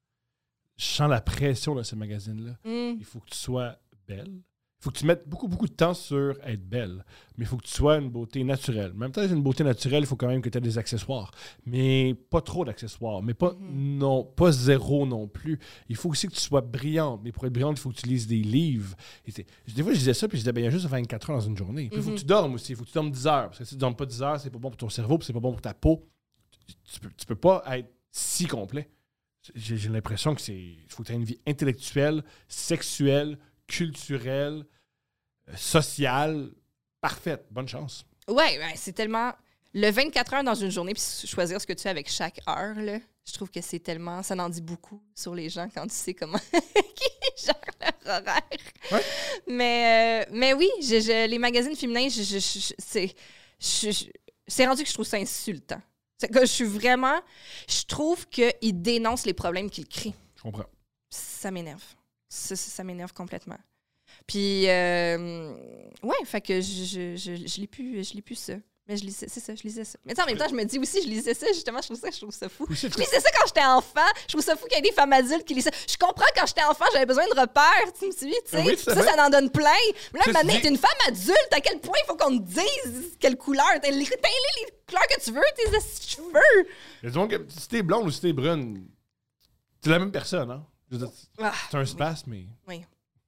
Je sens la pression de ces magazines-là. Mm. Il faut que tu sois belle. Il faut que tu mettes beaucoup, beaucoup de temps sur être belle. Mais il faut que tu sois une beauté naturelle. Même temps, une beauté naturelle, il faut quand même que tu aies des accessoires. Mais pas trop d'accessoires. Mais pas, Mhm. non, pas zéro non plus. Il faut aussi que tu sois brillante. Mais pour être brillante, il faut que tu lises des disais Et c'est- des fois, je disais ça, puis je disais, ben, il y a juste vingt-quatre heures dans une journée. Puis il faut Mhm. que tu dormes aussi. Il faut que tu dormes dix heures. Parce que si tu ne dormes pas dix heures, c'est pas bon pour ton cerveau, puis c'est pas bon pour ta peau. Tu, tu peux, tu peux pas être si complet. J'ai, j'ai l'impression que c'est. Il faut que tu aies une vie intellectuelle, sexuelle, culturelle, euh, sociale, parfaite. Bonne chance. Ouais, ouais, c'est tellement. Le vingt-quatre heures dans une journée, puis choisir ce que tu fais avec chaque heure, là, je trouve que c'est tellement. Ça en dit beaucoup sur les gens quand tu sais comment. qui gèrent leur horaire. Ouais. Mais, euh, mais oui, je, je- les magazines féminins, je, je, je- c'est. je- je- c'est rendu que je trouve ça insultant. C'est que je suis vraiment. Je trouve qu'ils dénoncent les problèmes qu'ils créent. Je comprends. Ça m'énerve. Ça, ça, ça m'énerve complètement. Puis, euh, ouais, fait que je, je, je, je lis plus, je lis plus ça. Mais je lisais, c'est ça, je lisais ça. Mais tu sais, en même temps, je me dis aussi, je lisais ça, justement, je trouve ça, je trouve ça fou. Aussi, Je lisais ça quand j'étais enfant. Je trouve ça fou qu'il y ait des femmes adultes qui lisent ça. Je comprends quand j'étais enfant, j'avais besoin de repères, tu me suis, tu sais. Ah oui, c'est ça, vrai. ça en donne plein. Mais là, Ça, maintenant, tu dis- t'es une femme adulte, à quel point il faut qu'on te dise quelle couleur. T'as les, t'as les, les couleurs que tu veux, tes esti- cheveux. Mais disons que si t'es blonde ou si t'es brune, t'es la même personne, hein? Je veux dire, Ah, c'est un spasme, mais. oui.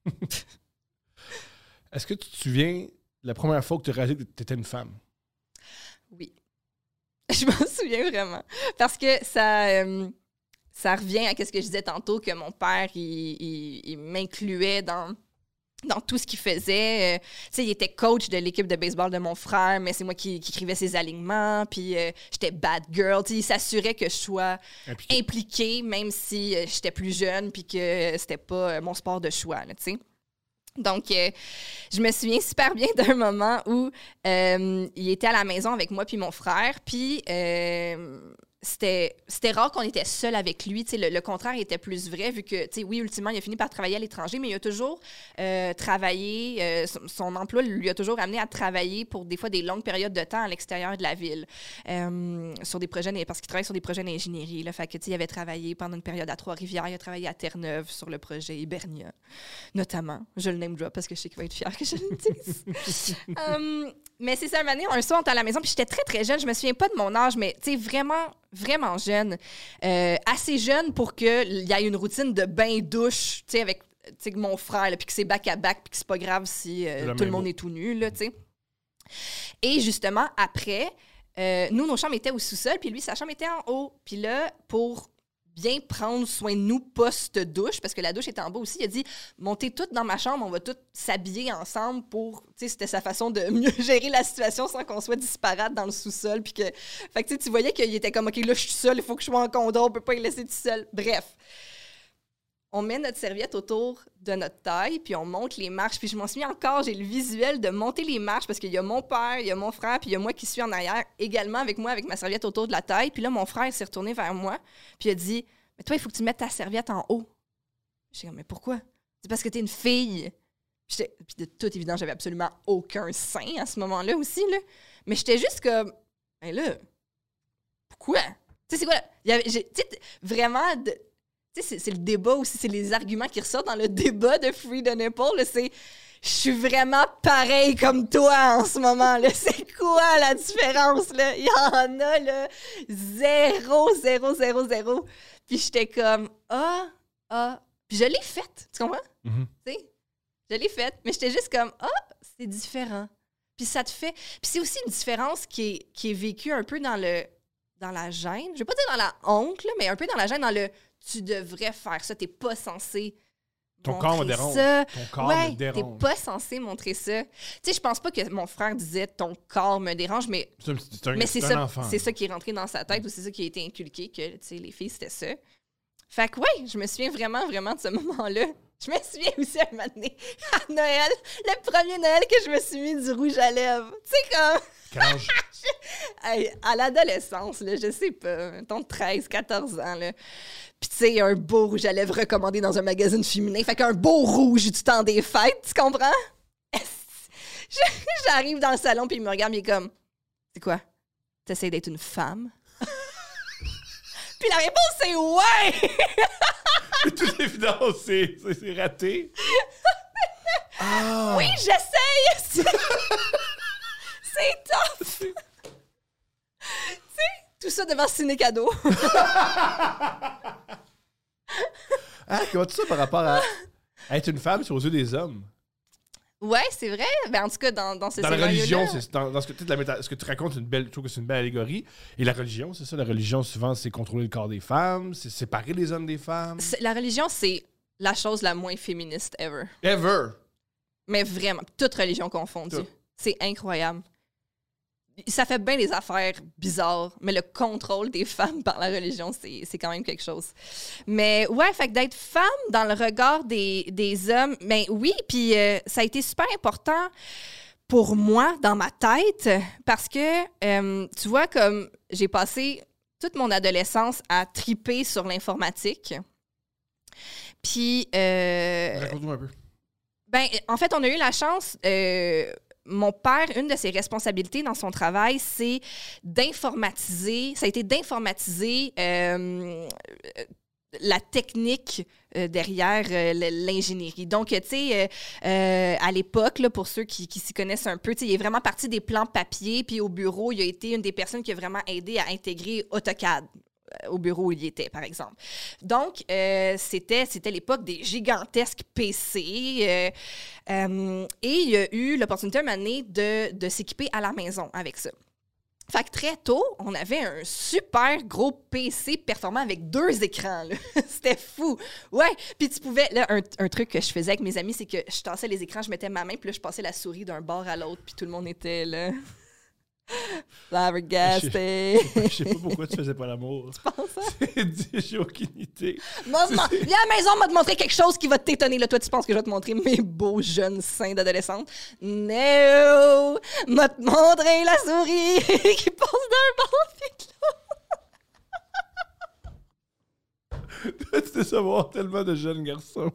Est-ce que tu te souviens de la première fois que tu as réalisé que t'étais une femme? Oui. Je m'en souviens vraiment. Parce que ça, euh, ça revient à ce que je disais tantôt, que mon père, il, il- il m'incluait dans, dans tout ce qu'il faisait. Euh, tu sais, il était coach de l'équipe de baseball de mon frère, mais c'est moi qui, qui écrivais ses alignements. Puis euh, j'étais bad girl. Tu sais, il s'assurait que je sois Impliquée. impliquée, même si euh, j'étais plus jeune puis que c'était pas euh, mon sport de choix, là, tu sais. Donc, euh, je me souviens super bien d'un moment où euh, il était à la maison avec moi puis mon frère, puis euh, c'était, c'était rare qu'on était seul avec lui. Le, le contraire était plus vrai, vu que, oui, ultimement, il a fini par travailler à l'étranger, mais il a toujours euh, travaillé, euh, son, son emploi lui a toujours amené à travailler pour des fois des longues périodes de temps à l'extérieur de la ville, euh, sur des projets, parce qu'il travaille sur des projets d'ingénierie. Là, fait que, il avait travaillé pendant une période à Trois-Rivières, il a travaillé à Terre-Neuve sur le projet Hibernia, notamment. Je le name drop parce que je sais qu'il va être fier que je le dise. um, mais c'est ça, un moment donné, un soir, on était à la maison, puis j'étais très, très jeune. Je me souviens pas de mon âge, mais, tu sais, vraiment, vraiment jeune. Euh, assez jeune pour qu'il y ait une routine de bain-douche, tu sais, avec t'sais, mon frère, puis que c'est back-à-back, puis que c'est pas grave si euh, tout le monde mot. est tout nu, là, tu sais. Et justement, après, euh, nous, nos chambres étaient au sous-sol, puis lui, sa chambre était en haut. Puis là, pour bien prendre soin de nous post-douche, parce que la douche était en bas aussi, il a dit « Montez toutes dans ma chambre, on va toutes s'habiller ensemble pour... » Tu sais, c'était sa façon de mieux gérer la situation sans qu'on soit disparate dans le sous-sol. Puis que... Fait que tu voyais qu'il était comme « OK, là, je suis seule, il faut que je sois en condom, on peut pas y laisser tout seul. » Bref. On met notre serviette autour de notre taille, puis on monte les marches. Puis je m'en souviens encore, j'ai le visuel de monter les marches parce qu'il y a mon père, il y a mon frère, puis il y a moi qui suis en arrière, également avec moi, avec ma serviette autour de la taille. Puis là, mon frère s'est retourné vers moi, puis il a dit « Mais toi, il faut que tu mettes ta serviette en haut. » J'ai dit « Mais pourquoi? » C'est parce que t'es une fille. Puis de toute évidence, j'avais absolument aucun sein à ce moment-là aussi, là. Mais j'étais juste comme « Ben là, pourquoi? » Tu sais, c'est quoi? Il y avait, j'ai, vraiment... De, C'est, c'est le débat aussi, c'est les arguments qui ressortent dans le débat de Free the Nipple. Là, c'est « Je suis vraiment pareil comme toi en ce moment. » Là. C'est quoi la différence? Là? Il y en a là, zéro, zéro, zéro, zéro. Puis j'étais comme « Ah, ah. » Puis je l'ai faite, tu comprends? Mm-hmm. T'sais? Je l'ai faite, mais j'étais juste comme « Ah, c'est différent. » Puis ça te fait... Puis c'est aussi une différence qui est, qui est vécue un peu dans le dans la gêne. Je vais pas dire dans la honte, là, mais un peu dans la gêne, dans le... Tu devrais faire ça. T'es pas censé Ton montrer corps me dérange. ça. Ton corps ouais, me dérange. T'es pas censé montrer ça. Tu sais, je pense pas que mon frère disait « ton corps me dérange », mais c'est, un, c'est, un, mais c'est, c'est ça, un enfant. C'est ça qui est rentré dans sa tête ou c'est ça qui a été inculqué, que tu sais, les filles, c'était ça. Fait que ouais, je me souviens vraiment, vraiment de ce moment-là. Je me souviens aussi un moment donné, à Noël, le premier Noël que je me suis mis du rouge à lèvres. Tu sais, comme... Quand je... hey, à l'adolescence, là, je sais pas, mettons treize, quatorze ans, là. Puis tu sais, un beau rouge à lèvres recommandé dans un magazine féminin. Fait qu'un beau rouge du temps des fêtes, tu comprends? J'arrive dans le salon, puis il me regarde, puis il est comme, c'est quoi? T'essaies d'être une femme? Puis la réponse, c'est ouais! De toute évidence, c'est, c'est, c'est raté. Ah. Oui, j'essaye! C'est, c'est tough! Tu sais, tout ça devant Ciné Cadeau. Ah, comment tu ça par rapport à être une femme sur aux yeux des hommes? Ouais, c'est vrai. Ben, en tout cas, dans, dans ce Dans la religion, c'est, dans, dans ce, que, la méta, ce que tu racontes, c'est une belle, je trouve que c'est une belle allégorie. Et la religion, c'est ça. La religion, souvent, c'est contrôler le corps des femmes, c'est séparer les hommes des femmes. C'est, la religion, c'est la chose la moins féministe ever. Ever! Mais vraiment, toute religion confondue. Tout. C'est incroyable. Ça fait bien des affaires bizarres, mais le contrôle des femmes par la religion, c'est, c'est quand même quelque chose. Mais ouais, fait que d'être femme dans le regard des, des hommes, ben oui, puis euh, ça a été super important pour moi dans ma tête parce que, euh, tu vois, comme j'ai passé toute mon adolescence à triper sur l'informatique. Puis... Euh, Raconte-nous un peu. Ben, en fait, on a eu la chance... Euh, Mon père, une de ses responsabilités dans son travail, c'est d'informatiser, ça a été d'informatiser euh, la technique euh, derrière euh, l'ingénierie. Donc, tu sais, euh, euh, à l'époque, là, pour ceux qui, qui s'y connaissent un peu, il est vraiment parti des plans papier, puis au bureau, il a été une des personnes qui a vraiment aidé à intégrer AutoCAD au bureau où il était, par exemple. Donc, euh, c'était, c'était l'époque des gigantesques P C. Euh, euh, et il y a eu l'opportunité, un moment donné, de, de s'équiper à la maison avec ça. Fait que très tôt, on avait un super gros P C performant avec deux écrans. Là. C'était fou. Ouais. Puis tu pouvais... Là, un, un truc que je faisais avec mes amis, c'est que je tassais les écrans, je mettais ma main, puis là, je passais la souris d'un bord à l'autre, puis tout le monde était là... Flabbergasté. Je sais pas pourquoi tu faisais pas l'amour. Tu penses ça? J'ai aucune idée. Moi, viens à la maison, on va te montrer quelque chose qui va t'étonner. Là, toi, tu penses que je vais te montrer mes beaux jeunes seins d'adolescente? No! M'a te montrer la souris qui passe d'un bord puis de l'autre. Tu décevoir tellement de jeunes garçons.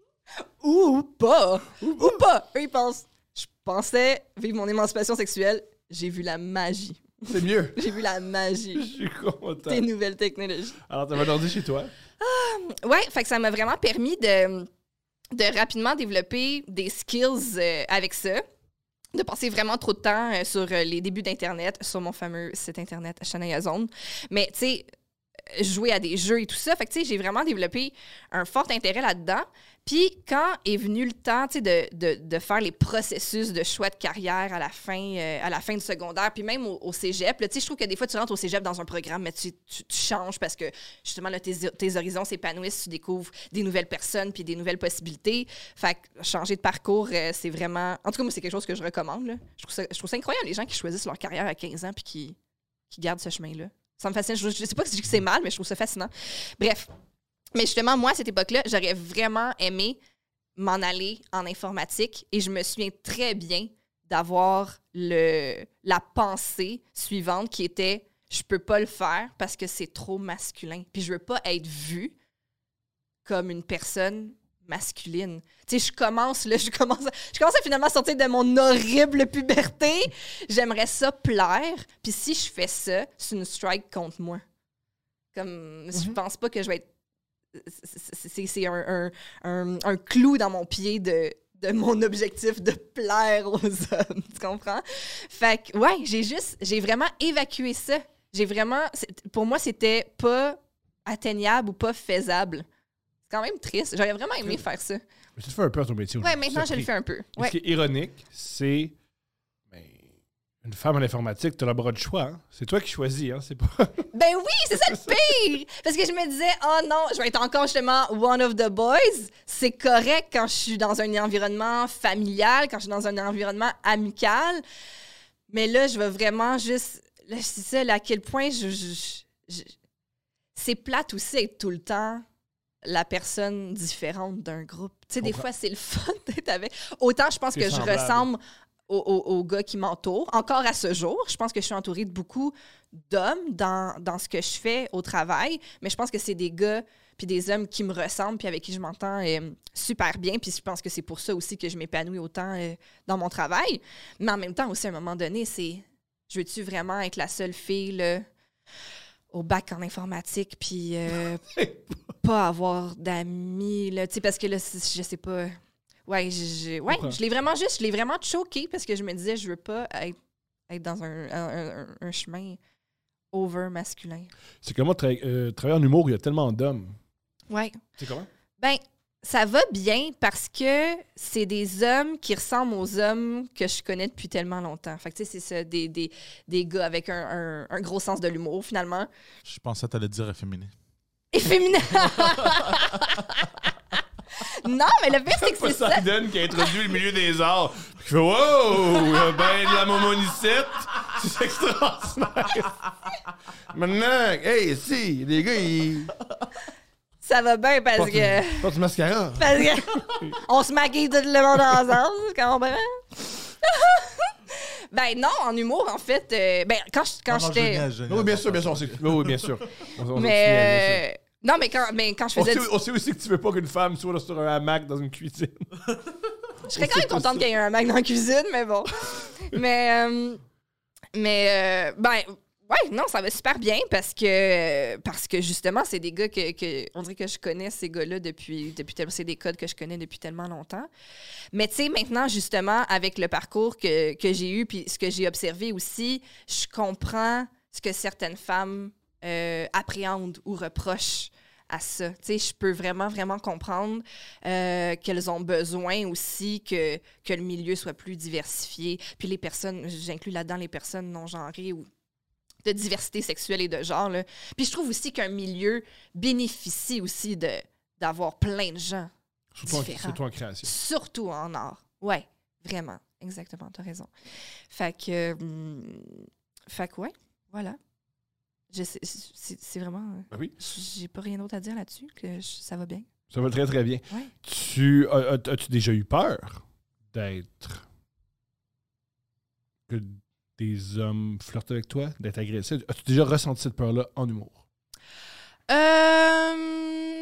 Ou pas. Ou pas. Ou pas. Eux, ils pensent. Je pensais vivre mon émancipation sexuelle. J'ai vu la magie. C'est mieux. J'ai vu la magie. Je suis content. Des nouvelles technologies. Alors, t'avais un ordi chez toi? Ouais, fait que ça m'a vraiment permis de, de rapidement développer des skills euh, avec ça. De passer vraiment trop de temps euh, sur euh, les débuts d'Internet, sur mon fameux site Internet Shania Zone. Mais, tu sais, jouer à des jeux et tout ça. Fait que, tu sais, j'ai vraiment développé un fort intérêt là-dedans. Puis, quand est venu le temps, tu sais, de, de, de faire les processus de choix de carrière à la fin, euh, à la fin du secondaire, puis même au, au cégep, tu sais, je trouve que des fois, tu rentres au cégep dans un programme, mais tu, tu, tu changes parce que, justement, là, tes, tes horizons s'épanouissent, tu découvres des nouvelles personnes puis des nouvelles possibilités. Fait que changer de parcours, euh, c'est vraiment... En tout cas, moi, c'est quelque chose que je recommande, là. Je trouve ça, je trouve ça incroyable, les gens qui choisissent leur carrière à quinze ans puis qui, qui gardent ce chemin-là. Ça me fascine. Je, je sais pas si je dis que c'est mal, mais je trouve ça fascinant. Bref. Mais justement, moi, à cette époque-là, j'aurais vraiment aimé m'en aller en informatique et je me souviens très bien d'avoir le, la pensée suivante qui était « je peux pas le faire parce que c'est trop masculin. Puis je veux pas être vue comme une personne masculine. » Tu sais, je commence, là, je commence, à, je commence à finalement sortir de mon horrible puberté. J'aimerais ça plaire. Puis si je fais ça, c'est une strike contre moi. Comme, mm-hmm. Je pense pas que je vais être... C'est, c'est un, un, un, un clou dans mon pied de, de mon objectif de plaire aux hommes. Tu comprends? Fait que, ouais, j'ai juste... J'ai vraiment évacué ça. J'ai vraiment... Pour moi, c'était pas atteignable ou pas faisable. C'est quand même triste. J'aurais vraiment aimé okay. faire ça. Mais tu le fais un peu à ton métier. Oui, maintenant, je le fais un peu. Ouais. Ce qui est ironique, c'est... Ben, une femme en informatique, tu as le bras de choix. Hein? C'est toi qui choisis, hein? C'est pas... Ben oui, c'est ça le pire! Parce que je me disais, oh non, je vais être encore justement one of the boys. C'est correct quand je suis dans un environnement familial, quand je suis dans un environnement amical. Mais là, je veux vraiment juste... Là, c'est ça, là, à quel point je... je, je... C'est plate aussi être tout le temps... la personne différente d'un groupe. Tu sais, des fois, c'est le fun d'être avec... Autant, je pense c'est que semblable. Je ressemble aux, aux, aux gars qui m'entourent. Encore à ce jour, je pense que je suis entourée de beaucoup d'hommes dans, dans ce que je fais au travail, mais je pense que c'est des gars puis des hommes qui me ressemblent puis avec qui je m'entends euh, super bien. Puis je pense que c'est pour ça aussi que je m'épanouis autant euh, dans mon travail. Mais en même temps, aussi, à un moment donné, c'est... Je veux-tu vraiment être la seule fille, là, au bac en informatique, puis euh, pas avoir d'amis, là, tu sais, parce que là, je sais pas... Ouais, je, ouais, je l'ai vraiment juste, je l'ai vraiment choqué parce que je me disais, je veux pas être, être dans un, un, un, un chemin over masculin. C'est comment tra- euh, travailler en humour où il y a tellement d'hommes? Ouais. C'est comment? Ben, ça va bien parce que c'est des hommes qui ressemblent aux hommes que je connais depuis tellement longtemps. Fait que, tu sais, c'est ça, des, des, des gars avec un, un, un gros sens de l'humour, finalement. Je pensais que t'allais dire efféminé. Efféminé! Non, mais le pire, c'est que c'est ça. Poseidon qui a introduit le milieu des arts. Qui fait « Wow! Il y a ben de la momonicette! » C'est extraordinaire! Maintenant, hey, si, les gars, ils... Ça va bien parce porte que... Une, porte du mascara. Parce que on se maquille tout le monde ensemble, tu comprends? Ben non, en humour, en fait, euh, ben quand, quand j'étais... Oui, bien sûr, bien sûr. Oui, bien sûr. On, on mais... Euh... Non, mais quand, mais quand je faisais... On sait, on sait aussi que tu veux pas qu'une femme soit sur un hamac dans une cuisine. Je serais quand même contente qu'il y ait un hamac dans la cuisine, mais bon. mais... Euh, mais... Euh, ben... Ouais, non, ça va super bien parce que, parce que justement, c'est des gars que, que... On dirait que je connais ces gars-là depuis... depuis tel, c'est des codes que je connais depuis tellement longtemps. Mais tu sais, maintenant, justement, avec le parcours que, que j'ai eu puis ce que j'ai observé aussi, je comprends ce que certaines femmes euh, appréhendent ou reprochent à ça. Tu sais, je peux vraiment, vraiment comprendre euh, qu'elles ont besoin aussi que, que le milieu soit plus diversifié. Puis les personnes, j'inclus là-dedans les personnes non-genrées ou de diversité sexuelle et de genre. Là. Puis je trouve aussi qu'un milieu bénéficie aussi de, d'avoir plein de gens surtout différents. En, surtout en création. Surtout en art. Ouais, vraiment. Exactement, t'as raison. Fait que... Hum, fait que ouais, voilà. Je sais, c'est, c'est vraiment... Ben oui. J'ai pas rien d'autre à dire là-dessus, que je, ça va bien. Ça va très, très bien. Ouais. Tu, as, as-tu déjà eu peur d'être... que des hommes flirtent avec toi, d'être agressifs? As-tu déjà ressenti cette peur-là en humour? Euh...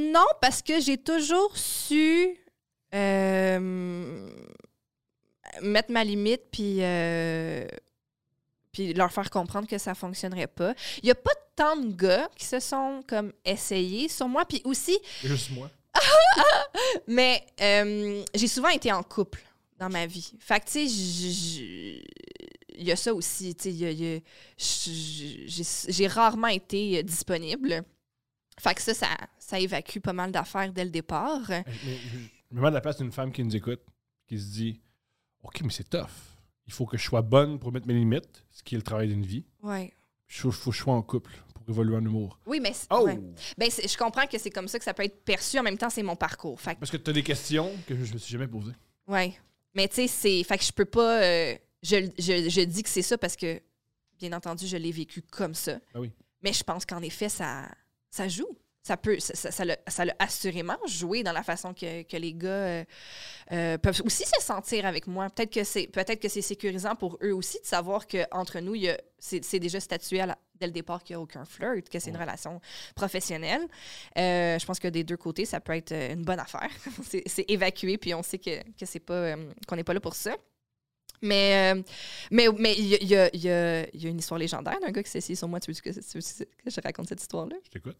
non, parce que j'ai toujours su euh, mettre ma limite puis, euh, puis leur faire comprendre que ça fonctionnerait pas. Il y a pas tant de gars qui se sont comme essayés sur moi, puis aussi... Juste moi. Mais euh, j'ai souvent été en couple dans ma vie. Fait que, tu sais, il y a ça aussi. Tu sais, j'ai rarement été disponible. Fait que ça, ça, ça évacue pas mal d'affaires dès le départ. Mais, mais, je me mets à la place d'une femme qui nous écoute, qui se dit « OK, mais c'est tough. Il faut que je sois bonne pour mettre mes limites, ce qui est le travail d'une vie. Ouais. Il faut, faut que je sois en couple pour évoluer en humour. » Oui, mais Oh! ouais. Ben, je comprends que c'est comme ça que ça peut être perçu. En même temps, c'est mon parcours. Fait que... Parce que tu as des questions que je me suis jamais posées. Oui. Mais tu sais, c'est. Fait que je peux pas. Euh, je, je, je dis que c'est ça parce que, bien entendu, je l'ai vécu comme ça. Ah oui. Mais je pense qu'en effet, ça, ça joue. Ça peut. Ça, ça, ça, l'a, ça l'a assurément joué dans la façon que, que les gars euh, euh, peuvent aussi se sentir avec moi. Peut-être que c'est, peut-être que c'est sécurisant pour eux aussi de savoir qu'entre nous, il y a, c'est, c'est déjà statué à la, dès le départ qu'il n'y a aucun flirt, que c'est une relation professionnelle. Euh, je pense que des deux côtés, ça peut être une bonne affaire. c'est, c'est évacué, puis on sait que, que c'est pas, euh, qu'on n'est pas là pour ça. Mais euh, mais mais il y a, y, a, y, a, y a une histoire légendaire d'un gars qui s'est essayé sur moi. Tu veux que, tu veux que je raconte cette histoire-là? Je t'écoute.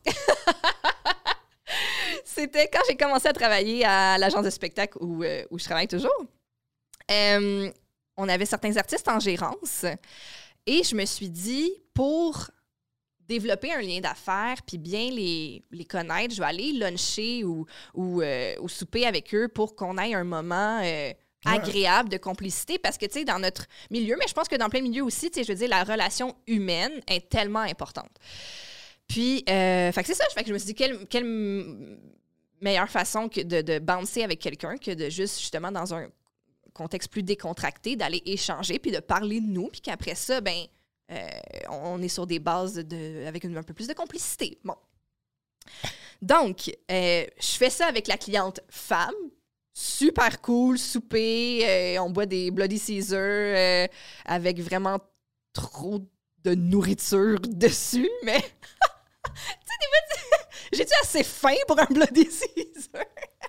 C'était quand j'ai commencé à travailler à l'agence de spectacle où, euh, où je travaille toujours. Euh, on avait certains artistes en gérance et je me suis dit, pour développer un lien d'affaires puis bien les, les connaître, je vais aller luncher ou, ou, euh, ou souper avec eux pour qu'on ait un moment... Euh, agréable de complicité parce que, tu sais, dans notre milieu, mais je pense que dans plein milieu aussi, tu sais, je veux dire, la relation humaine est tellement importante. Puis, euh, fait que c'est ça, fait que je me suis dit, quelle, quelle meilleure façon que de, de bouncer avec quelqu'un que de juste, justement, dans un contexte plus décontracté, d'aller échanger puis de parler de nous, puis qu'après ça, ben, euh, on est sur des bases de, avec une, un peu plus de complicité. Bon. Donc, euh, je fais ça avec la cliente femme. Super cool, souper, euh, on boit des Bloody Caesar euh, avec vraiment trop de nourriture dessus, mais... tu sais, des fois, j'ai-tu assez faim pour un Bloody Caesar?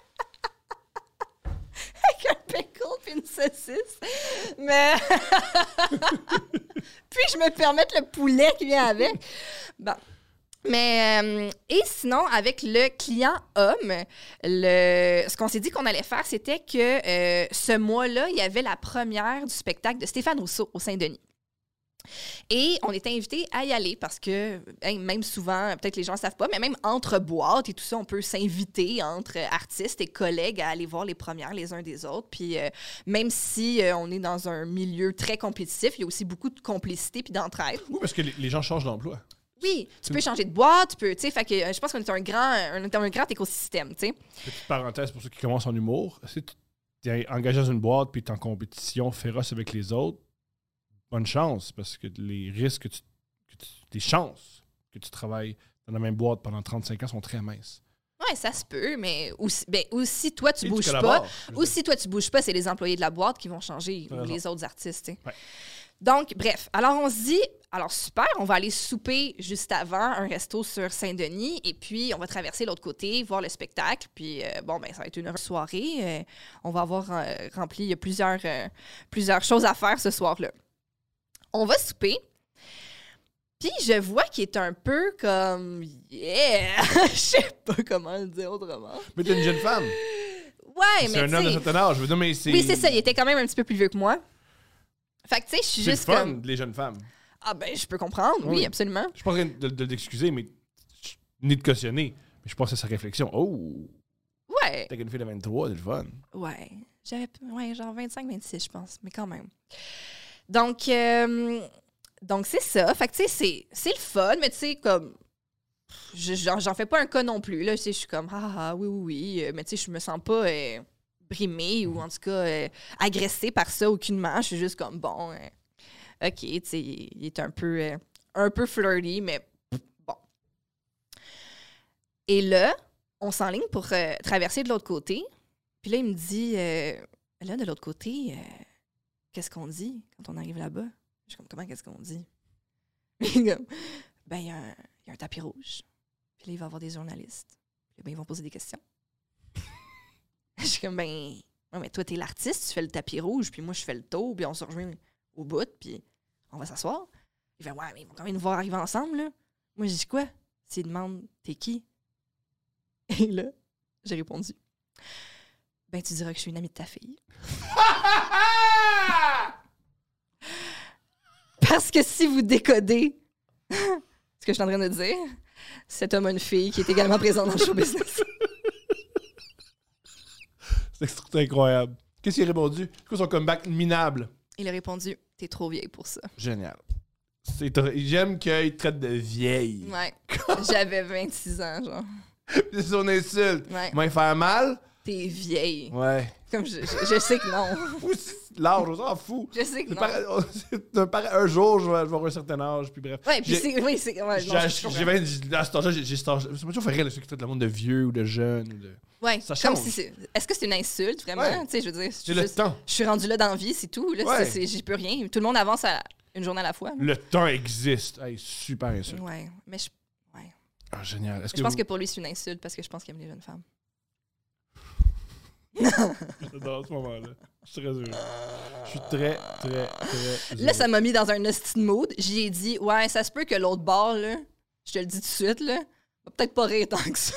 Avec un pickle puis une saucisse. Mais... puis je me permets le poulet qui vient avec. Bon... Mais, euh, et sinon, avec le client homme, le, ce qu'on s'est dit qu'on allait faire, c'était que euh, ce mois-là, il y avait la première du spectacle de Stéphane Rousseau au Saint-Denis. Et on était invités à y aller parce que, hein, même souvent, peut-être les gens ne savent pas, mais même entre boîtes et tout ça, on peut s'inviter entre artistes et collègues à aller voir les premières les uns des autres. Puis euh, même si euh, on est dans un milieu très compétitif, il y a aussi beaucoup de complicité puis d'entraide. Oui, parce que les, les gens changent d'emploi. Oui, tu peux changer de boîte, tu peux, tu sais, fait que je pense qu'on est un grand, un, un grand écosystème, tu sais. Petite parenthèse pour ceux qui commencent en humour, si tu es engagé dans une boîte puis tu es en compétition féroce avec les autres, bonne chance, parce que les risques, que tu, que tu, les chances que tu travailles dans la même boîte pendant trente-cinq ans sont très minces. Oui, ça se peut, mais aussi, ben, aussi toi, tu et bouges tu pas. Aussi, toi, tu bouges pas, c'est les employés de la boîte qui vont changer, ou les autres artistes, tu sais. Ouais. Donc, bref, alors on se dit, alors super, on va aller souper juste avant un resto sur Saint-Denis et puis on va traverser l'autre côté, voir le spectacle. Puis, euh, bon, ben ça va être une soirée. Euh, on va avoir euh, rempli, il y a plusieurs, euh, plusieurs choses à faire ce soir-là. On va souper. Puis je vois qu'il est un peu comme, yeah, je sais pas comment le dire autrement. Mais t'es une jeune femme. Ouais, c'est mais c'est un homme de certain âge. Je veux dire, mais c'est... Oui, c'est ça, il était quand même un petit peu plus vieux que moi. Fait que, tu sais, je suis c'est juste le fun, comme... les jeunes femmes. Ah ben, je peux comprendre, oui, oui. absolument. Je suis pas en train de, de, de l'excuser, mais ni de cautionner. Mais je pense à sa réflexion. Oh! Ouais. T'as qu'une fille de vingt-trois, c'est le fun. Ouais. J'avais ouais, genre vingt-cinq vingt-six, je pense, mais quand même. Donc, euh, donc c'est ça. Fait que, tu sais, c'est, c'est le fun, mais tu sais, comme... Je, j'en, j'en fais pas un cas non plus, là. Tu sais, je suis comme, ah, ah, oui, oui, oui. Mais tu sais, je me sens pas... Euh, brimée ou en tout cas euh, agressée par ça aucunement. Je suis juste comme, bon, euh, OK, tu sais, il est un peu, euh, un peu flirty, mais bon. Et là, on s'enligne pour euh, traverser de l'autre côté. Puis là, il me dit, euh, là, de l'autre côté, euh, qu'est-ce qu'on dit quand on arrive là-bas? Je suis comme, comment qu'est-ce qu'on dit? Comme, ben, il y, y a un tapis rouge. Puis là, il va y avoir des journalistes. Ben, ils vont poser des questions. Je suis comme, ben, ouais, mais toi, t'es l'artiste, tu fais le tapis rouge, puis moi, je fais le tour, puis on se rejoint au bout, puis on va s'asseoir. Il fait, ouais, mais ils vont quand même nous voir arriver ensemble, là. Moi, je dis quoi? S'ils demandent, t'es qui? Et là, j'ai répondu, ben, tu diras que je suis une amie de ta fille. Parce que si vous décodez ce que je suis en train de dire, cet homme a une fille qui est également présente dans le show business. C'est incroyable. Qu'est-ce qu'il a répondu? C'est quoi son comeback minable? Il a répondu, t'es trop vieille pour ça. Génial. C'est tr- J'aime qu'il te traite de vieille. Ouais. J'avais vingt-six ans, genre. C'est son insulte. Ouais. Moi, faire mal? T'es vieille. Ouais. Comme je, je, je sais que non. Ou si- L'âge, on s'en fout. Je sais que C'est non. pareil- c'est un, pareil- un jour, je vais, je vais avoir un certain âge, puis bref. Ouais, puis J'ai- c'est. Oui, c'est. Ouais, J'ai non, je j'ai comprends. vingt j'ai- à cet âge-là, j'ai j'ai cet âge. Ça m'a toujours fait rire, ceux qui traitent le monde de vieux ou de jeune. Ou de... Ouais, Ça comme change. si c'est. Est-ce que c'est une insulte, vraiment? Ouais. Tu sais, je veux dire. C'est le juste- temps. Je suis rendue là dans la vie, c'est tout. Là, Ouais. c'est, c'est- j'y peux rien. Tout le monde avance à une journée à la fois. Le temps existe. Hey, super insulte. Ouais, mais je, ouais. Ah, génial. Est-ce je pense vous- que pour lui, c'est une insulte parce que je pense qu'il aime les jeunes femmes. Dans ce moment-là. Je suis très heureux. Je suis très, très, très heureux. Là, ça m'a mis dans un hostie de mood. J'y ai dit, ouais, ça se peut que l'autre bord, là, je te le dis tout de suite, là, va peut-être pas rire tant que ça.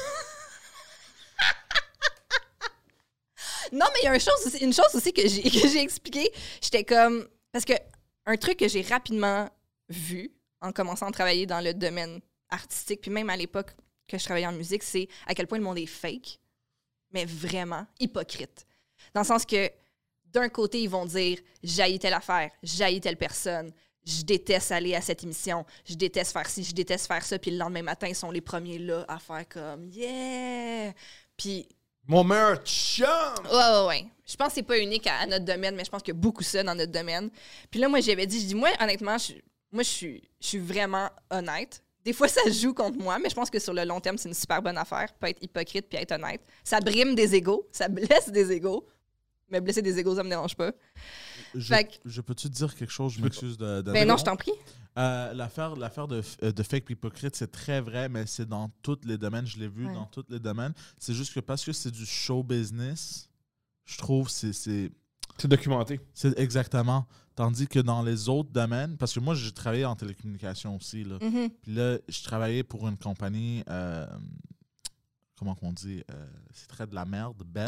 Non, mais il y a une chose aussi, une chose aussi que j'ai, que j'ai expliqué. J'étais comme. Parce que un truc que j'ai rapidement vu en commençant à travailler dans le domaine artistique, puis même à l'époque que je travaillais en musique, c'est à quel point le monde est fake, mais vraiment hypocrite. Dans le sens que d'un côté, ils vont dire j'haïs telle affaire, j'haïs telle personne, je déteste aller à cette émission, je déteste faire ci, je déteste faire ça, puis le lendemain matin, ils sont les premiers là à faire comme yeah! Puis Mon meilleur chum! ouais, ouais, ouais. Je pense que c'est pas unique à, à notre domaine, mais je pense qu'il y a beaucoup ça dans notre domaine. Puis là, moi, j'avais dit, je dis, moi, honnêtement, je, moi, je suis, je suis vraiment honnête. Des fois, ça joue contre moi, mais je pense que sur le long terme, c'est une super bonne affaire. Pas être hypocrite puis être honnête. Ça brime des égos, ça blesse des égos. Mais blesser des égos, ça me dérange pas. Je, Fait que- je peux-tu te dire quelque chose? Je m'excuse de, de- Ben non, je t'en prie. Euh, l'affaire, l'affaire de, f- de fake et hypocrite, c'est très vrai, mais c'est dans tous les domaines. Je l'ai vu Ouais. dans tous les domaines. C'est juste que parce que c'est du show business, je trouve que c'est, c'est, C'est documenté. c'est exactement. Tandis que dans les autres domaines, parce que moi, j'ai travaillé en télécommunication aussi. Là. Mhm. Puis là, je travaillais pour une compagnie, euh, comment qu'on dit, euh, c'est très de la merde, belle.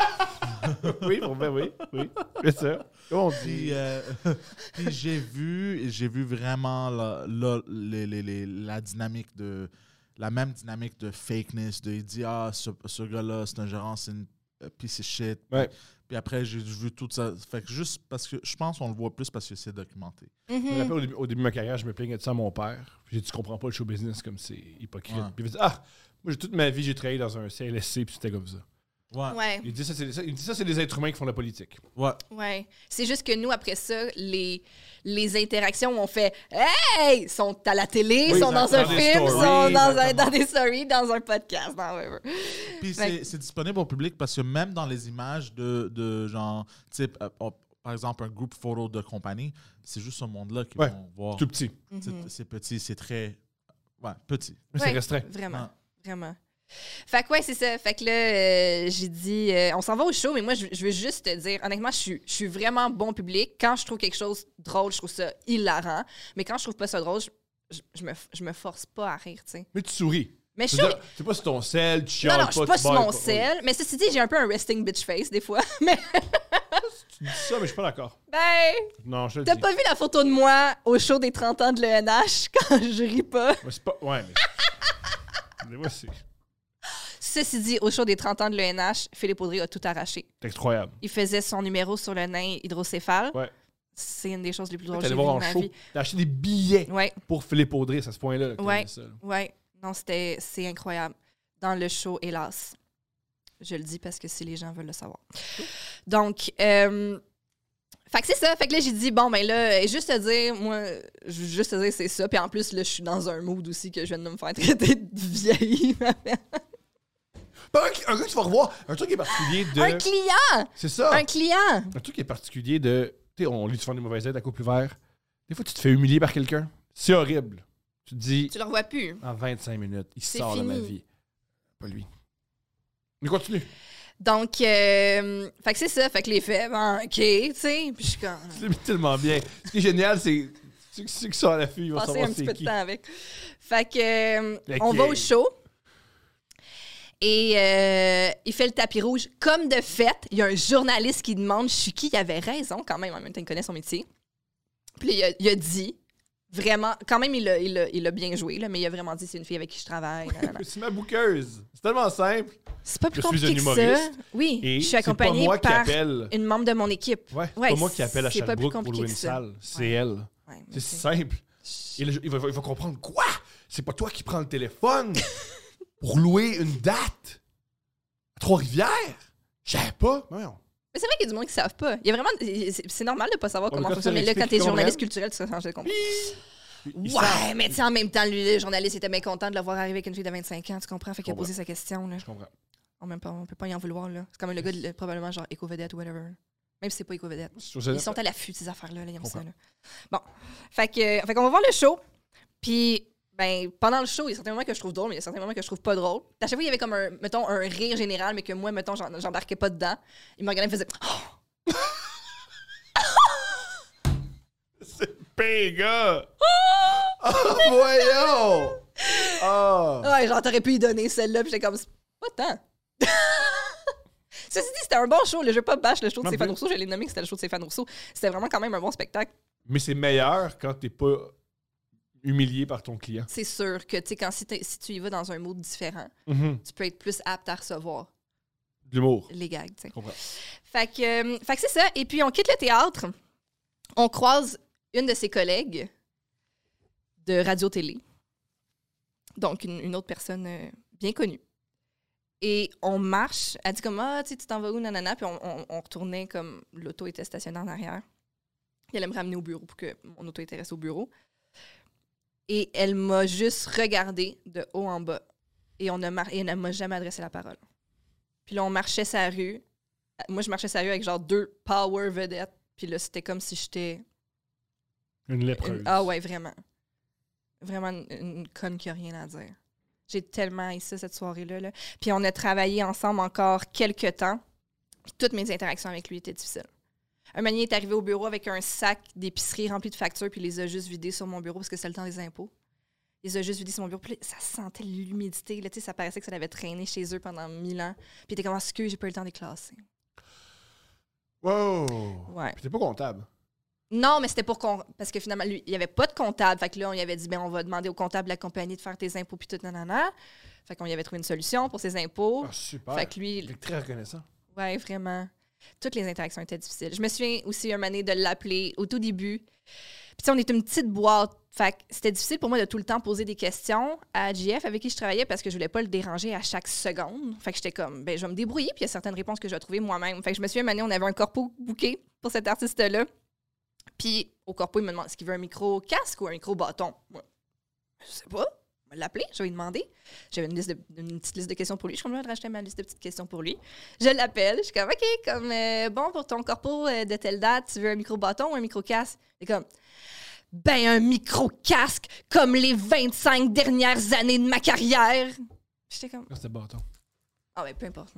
Oui, bon, ben oui, oui. C'est ça. Comment on dit? Puis, euh, puis j'ai vu, j'ai vu vraiment la, la, les- les- les- la dynamique de, la même dynamique de fakeness, de il dit ah ce, ce gars-là c'est un gérant, c'est une euh, piece of shit. Ouais. Puis après j'ai vu tout ça. Fait que juste parce que je pense qu'on le voit plus parce que c'est documenté. Je me Mhm. rappelle au début, au début de ma carrière, je me plaignais de ça à mon père. Puis j'ai dit, tu comprends pas le show business comme c'est hypocrite. Ouais. Puis il me dit, ah, moi, j'ai- toute ma vie, j'ai travaillé dans un C L S C, puis c'était comme ça. Ouais. Ouais. Il dit, ça, c'est, ça, il dit, ça, c'est des êtres humains qui font la politique. Ouais. Ouais. C'est juste que nous, après ça, les, les interactions où on fait Hey! Sont à la télé, Oui, sont dans- dans un dans des film, stories, sont dans, un, exactement. dans des stories, dans un podcast, dans whatever. Puis Fait c'est, c'est disponible au public parce que même dans les images de, de genre, tu sais, euh, euh, par exemple, un groupe photo de compagnie, c'est juste ce monde-là qui Ouais. vont voir. Tout petit. C'est, Mhm. c'est petit, c'est très. Ouais, petit. Mais Ouais, c'est restreint. Vraiment, Ouais. vraiment. Fait que ouais, c'est ça. Fait que là, euh, j'ai dit, euh, on s'en va au show, mais moi, je, je veux juste te dire, honnêtement, je suis, je suis vraiment bon public. Quand je trouve quelque chose drôle, je trouve ça hilarant. Mais quand je trouve pas ça drôle, je, je, je me, je me force pas à rire, tu sais. Mais tu souris. Mais je Je veux suis... dire, C'est pas sur ton sel, tu Non, chiales non, pas, je suis pas tu sur bailles mon pas. sel. Mais ceci dit, j'ai un peu un resting bitch face, des fois. Mais, Tu dis ça, mais je suis pas d'accord. ben, Non, je te le t'as dis. pas vu la photo de moi au show des trente ans de l'E N H quand je ris pas? Mais c'est pas... Ouais, mais... mais moi, c'est... Ceci dit, au show des trente ans de l'E N H, Philippe Audrey a tout arraché. c'est incroyable. Il faisait son numéro sur le nain hydrocéphale. Ouais. C'est une des choses les plus drôles que T'es j'ai allé vues voir de en ma show. vie. T'as acheté des billets Ouais, pour Philippe Audrey, c'est à ce point-là. là, que t'as Ouais. aimé ça, là. ouais. Non, c'était, c'est incroyable. Dans le show, hélas. Je le dis parce que si les gens veulent le savoir. Donc, euh, fait que c'est ça. Fait que là, j'ai dit, bon, ben là, et juste te dire, moi, je veux juste te dire, c'est ça. Puis en plus, là, je suis dans un mood aussi que je viens de me faire traiter de vieille. Pas un, un gars que tu vas revoir, un truc qui est particulier de... Un client! C'est ça. Un client! Un truc qui est particulier de... Tu sais, on lit souvent des mauvaises aides à couple ouvert. Des fois, tu te fais humilier par quelqu'un. C'est horrible. Tu te dis, Tu le revois plus. en vingt-cinq minutes, il C'est sort de ma fini. vie. Pas lui. Mais continue. Donc, euh, fait que c'est ça. Fait que les faits, ben, OK, tu sais. Puis je suis comme... Tu l'imites tellement bien. Ce qui est génial, c'est ceux ceux qui sont à l'affût, ils vont passer savoir un petit c'est peu qui. de temps avec. Fait que, euh, Ok. on va au show. Et euh, il fait le tapis rouge. Comme de fait, il y a un journaliste qui demande je suis qui. Il avait raison quand même. En même temps, il connaît son métier. Puis il a, il a dit, vraiment, quand même, il a, il a, il a bien joué, là, mais il a vraiment dit c'est une fille avec qui je travaille. nanana. C'est ma bouqueuse. C'est tellement simple. C'est pas plus Je suis compliqué un que ça. humoriste. Oui, Et je suis c'est pas accompagnée moi qui par appelle. une membre de mon équipe. Ouais, c'est Ouais, pas moi qui appelle à c'est pas plus Sherbrooke pour compliqué louer que une ça. salle. C'est Ouais. elle. Ouais, C'est c'est- simple. Et le- il, va, il va comprendre quoi? C'est pas toi qui prends le téléphone pour louer une date à Trois-Rivières? Je savais pas. Voyons. Mais c'est vrai qu'il y a du monde qui ne savent pas. Il y a vraiment... C'est c'est normal de ne pas savoir Ouais, comment mais ça quand fonctionne. tu Mais là, leur quand tu es expliques journaliste qu'ils culturel, tu serais changé de compte. Ils- ils Ouais, savent. mais tu sais, en même temps, lui, le journaliste était bien content de le voir arriver avec une fille de vingt-cinq ans, tu comprends? Fait qu'il a comprends. posé sa question, là. Je comprends. On ne peut pas y en vouloir, là. C'est comme le gars, de- probablement, genre, éco-vedette ou whatever. Même si c'est pas éco-vedette. Je trouve ça- Ils sont à l'affût de ces affaires-là, là, ils aiment ça, Comprends. là. Bon. Fait que, fait qu'on va voir le show. Puis, ben, pendant le show, il y a certains moments que je trouve drôle, mais il y a certains moments que je trouve pas drôle. À chaque fois, il y avait comme un, mettons, un rire général, mais que moi, mettons, j'en- j'embarquais pas dedans. Il me regardait et me faisait... C'est pire, gars! Oh, voyons! Oh! Ouais, genre, t'aurais pu y donner celle-là, puis j'étais comme, c'est pas tant. Ceci dit, c'était un bon show. Le jeu pas bâche le show de Non Stéphane plus. Rousseau. Je l'ai nommé que c'était le show de Stéphane Rousseau. C'était vraiment quand même un bon spectacle. Mais c'est meilleur quand t'es pas humilié par ton client. C'est sûr que, tu sais, quand si, t'es- si tu y vas dans un mode différent, Mhm. tu peux être plus apte à recevoir De l'humour. les gags, tu sais. Je comprends. Fait que, euh, fait que c'est ça. Et puis, on quitte le théâtre. On croise une de ses collègues de radio-télé. Donc, une, une autre personne euh, bien connue. Et on marche. Elle dit comme, ah, tu sais, tu t'en vas où, nanana. Puis on, on, on retournait comme l'auto était stationnée en arrière. Elle allait me ramener au bureau pour que mon auto était restée au bureau. Et elle m'a juste regardé de haut en bas. Et, on a mar- et elle ne m'a jamais adressé la parole. Puis là, on marchait sa rue. Moi, je marchais sa rue avec genre deux power vedettes. Puis là, c'était comme si j'étais... Une lépreuse. une- Ah ouais, vraiment. Vraiment une, une conne qui a rien à dire. J'ai tellement haï ça, cette soirée-là. Là. Puis on a travaillé ensemble encore quelques temps. Puis toutes mes interactions avec lui étaient difficiles. Un manier est arrivé au bureau avec un sac d'épicerie rempli de factures, puis il les a juste vidés sur mon bureau parce que c'était le temps des impôts. Il les a juste vidés sur mon bureau. Puis là, ça sentait l'humidité. Là, tu sais, ça paraissait que ça l'avait traîné chez eux pendant mille ans. Puis il était comme, est-ce que j'ai pas eu le temps de les classer? Wow! Ouais. Puis t'es pas comptable. Non, mais c'était pour qu'on. Parce que finalement, lui, il n'y avait pas de comptable. Fait que là, on lui avait dit, ben, on va demander au comptable de la compagnie de faire tes impôts, puis tout, nanana. Fait qu'on y avait trouvé une solution pour ses impôts. Ah, super. Fait que lui, Il est très reconnaissant. ouais, vraiment. Toutes les interactions étaient difficiles. Je me souviens aussi un moment donné de l'appeler au tout début. Puis, tu sais, on était une petite boîte. Fait que c'était difficile pour moi de tout le temps poser des questions à J F avec qui je travaillais parce que je voulais pas le déranger à chaque seconde. Fait que j'étais comme, ben, je vais me débrouiller. Puis, il y a certaines réponses que je vais trouver moi-même. Fait que je me souviens, un moment donné, on avait un corpo booké pour cet artiste-là. Puis, au corpo, il me demande est-ce qu'il veut un micro-casque ou un micro-bâton. Moi, je sais pas. Je vais l'appeler, je vais lui demander. J'avais une, liste de, une petite liste de questions pour lui. Je suis comme, je vais rajouter ma liste de petites questions pour lui. Je l'appelle. Je suis comme, OK, comme, euh, bon, pour ton corpo euh, de telle date, tu veux un micro-bâton ou un micro-casque? Il est comme, ben, un micro-casque comme les vingt-cinq dernières années de ma carrière. J'étais comme, Ah, c'était bâton. ah, ben, peu importe.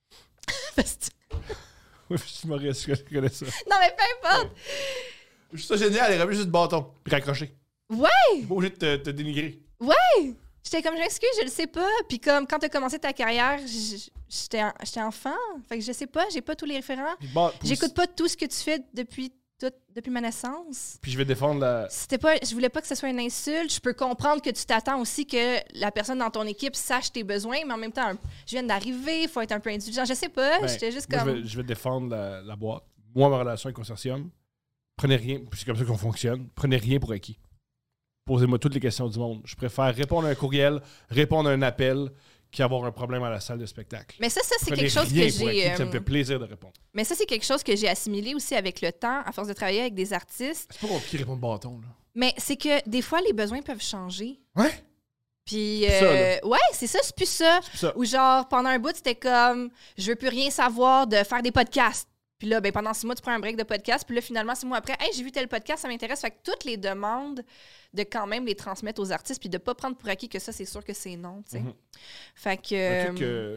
Parce que- Oui, je suis humoriste, je connais ça. non, mais peu importe. Je trouve ça génial, il aurait juste bâton, puis raccrocher. Ouais! T'es pas obligé de te, te dénigrer. J'étais comme, je m'excuse, je le sais pas. Puis comme, quand t'as commencé ta carrière, j- j'étais en- j'étais enfant. Fait que je sais pas, j'ai pas tous les référents. Puis, bah, pousse- J'écoute pas tout ce que tu fais depuis, tout, depuis ma naissance. Puis je vais défendre la. C'était pas, je voulais pas que ce soit une insulte. Je peux comprendre que tu t'attends aussi que la personne dans ton équipe sache tes besoins, mais en même temps, je viens d'arriver, il faut être un peu indulgent. Je sais pas, Ben, j'étais juste moi, comme... je, vais, je vais défendre la, la boîte. Moi, ma relation avec Consortium, prenez rien, puis c'est comme ça qu'on fonctionne, prenez rien pour acquis. Posez-moi toutes les questions du monde. Je préfère répondre à un courriel, répondre à un appel, qu'avoir un problème à la salle de spectacle. Mais ça, ça c'est Prenez quelque chose rien que pour acquis, j'ai... puis Ça me euh, fait plaisir de répondre. Mais ça, c'est quelque chose que j'ai assimilé aussi avec le temps, à force de travailler avec des artistes. C'est pas compliqué de répondre bâton, là. Mais c'est que des fois, les besoins peuvent changer. Ouais? Puis, C'est ça, euh, ouais, c'est ça, c'est plus ça. C'est ça. Ou genre, pendant un bout, c'était comme, je veux plus rien savoir de faire des podcasts. Puis là, ben, pendant six mois, tu prends un break de podcast. Puis là, finalement, six mois après, hey, j'ai vu tel podcast, ça m'intéresse. Fait que toutes les demandes, de quand même les transmettre aux artistes, puis de pas prendre pour acquis que ça, c'est sûr que c'est non, tu sais. Mhm. Fait que... Un euh, truc que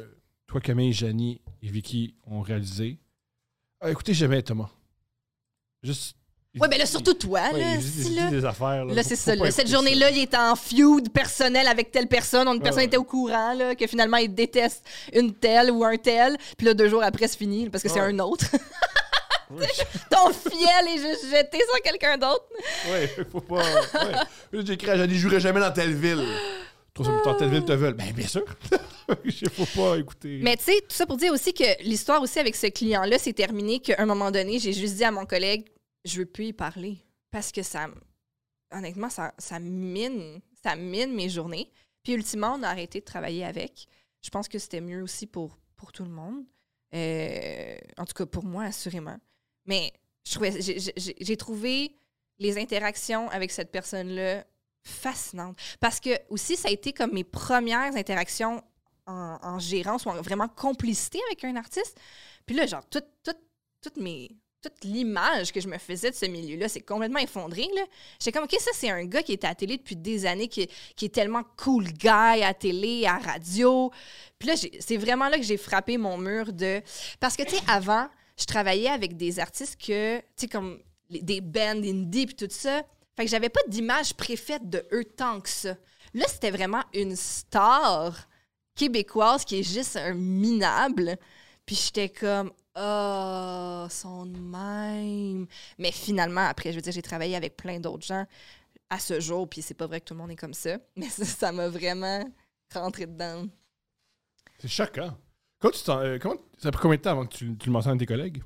toi, Camille, Janie et Vicky ont réalisé. Ah, écoutez, j'aimais Thomas. Juste. Ouais, mais là, surtout toi, ouais, là. il, si, il, là. dit des affaires. Là, là faut, c'est faut ça. Là, cette écouter journée-là, ça. il était en feud personnel avec telle personne. Une personne ouais. était au courant, là, que finalement, il déteste une telle ou un tel. Puis là, deux jours après, c'est fini, parce que ouais. c'est un autre. Oui. Ton fiel est juste jeté sur quelqu'un d'autre. Ouais, faut pas. Ouais. J'ai écrit à Janie, je jouerai jamais dans telle ville. Trop ça, dans telle ville te veulent. Ben, bien sûr. Il faut pas écouter. Mais tu sais, tout ça pour dire aussi que l'histoire aussi avec ce client-là s'est terminée qu'à un moment donné, j'ai juste dit à mon collègue, je veux plus y parler. Parce que ça, honnêtement, ça, ça mine, ça mine mes journées. Puis ultimement, on a arrêté de travailler avec. Je pense que c'était mieux aussi pour, pour tout le monde. Euh, en tout cas, pour moi, assurément. Mais je trouvais, j'ai, j'ai, j'ai trouvé les interactions avec cette personne-là fascinantes. Parce que aussi, ça a été comme mes premières interactions en, en gérance ou en vraiment complicité avec un artiste. Puis là, genre, toute, toute, toute mes... toute l'image que je me faisais de ce milieu-là, c'est complètement effondré. Là. J'étais comme, OK, ça, c'est un gars qui était à la télé depuis des années, qui, qui est tellement cool guy à la télé, à la radio. Puis là, j'ai, c'est vraiment là que j'ai frappé mon mur de... Parce que, tu sais, avant, je travaillais avec des artistes que, tu sais, comme les, des bands indie puis tout ça. Fait que j'avais pas d'image préfaite de eux tant que ça. Là, c'était vraiment une star québécoise qui est juste un minable. Puis j'étais comme... Oh, son de même. Mais finalement, après, je veux dire, j'ai travaillé avec plein d'autres gens à ce jour, puis c'est pas vrai que tout le monde est comme ça. Mais ça, ça m'a vraiment rentré dedans. C'est choquant. Comment tu t'en, euh, comment, ça a pris combien de temps avant que tu, tu le mentionnes à tes collègues?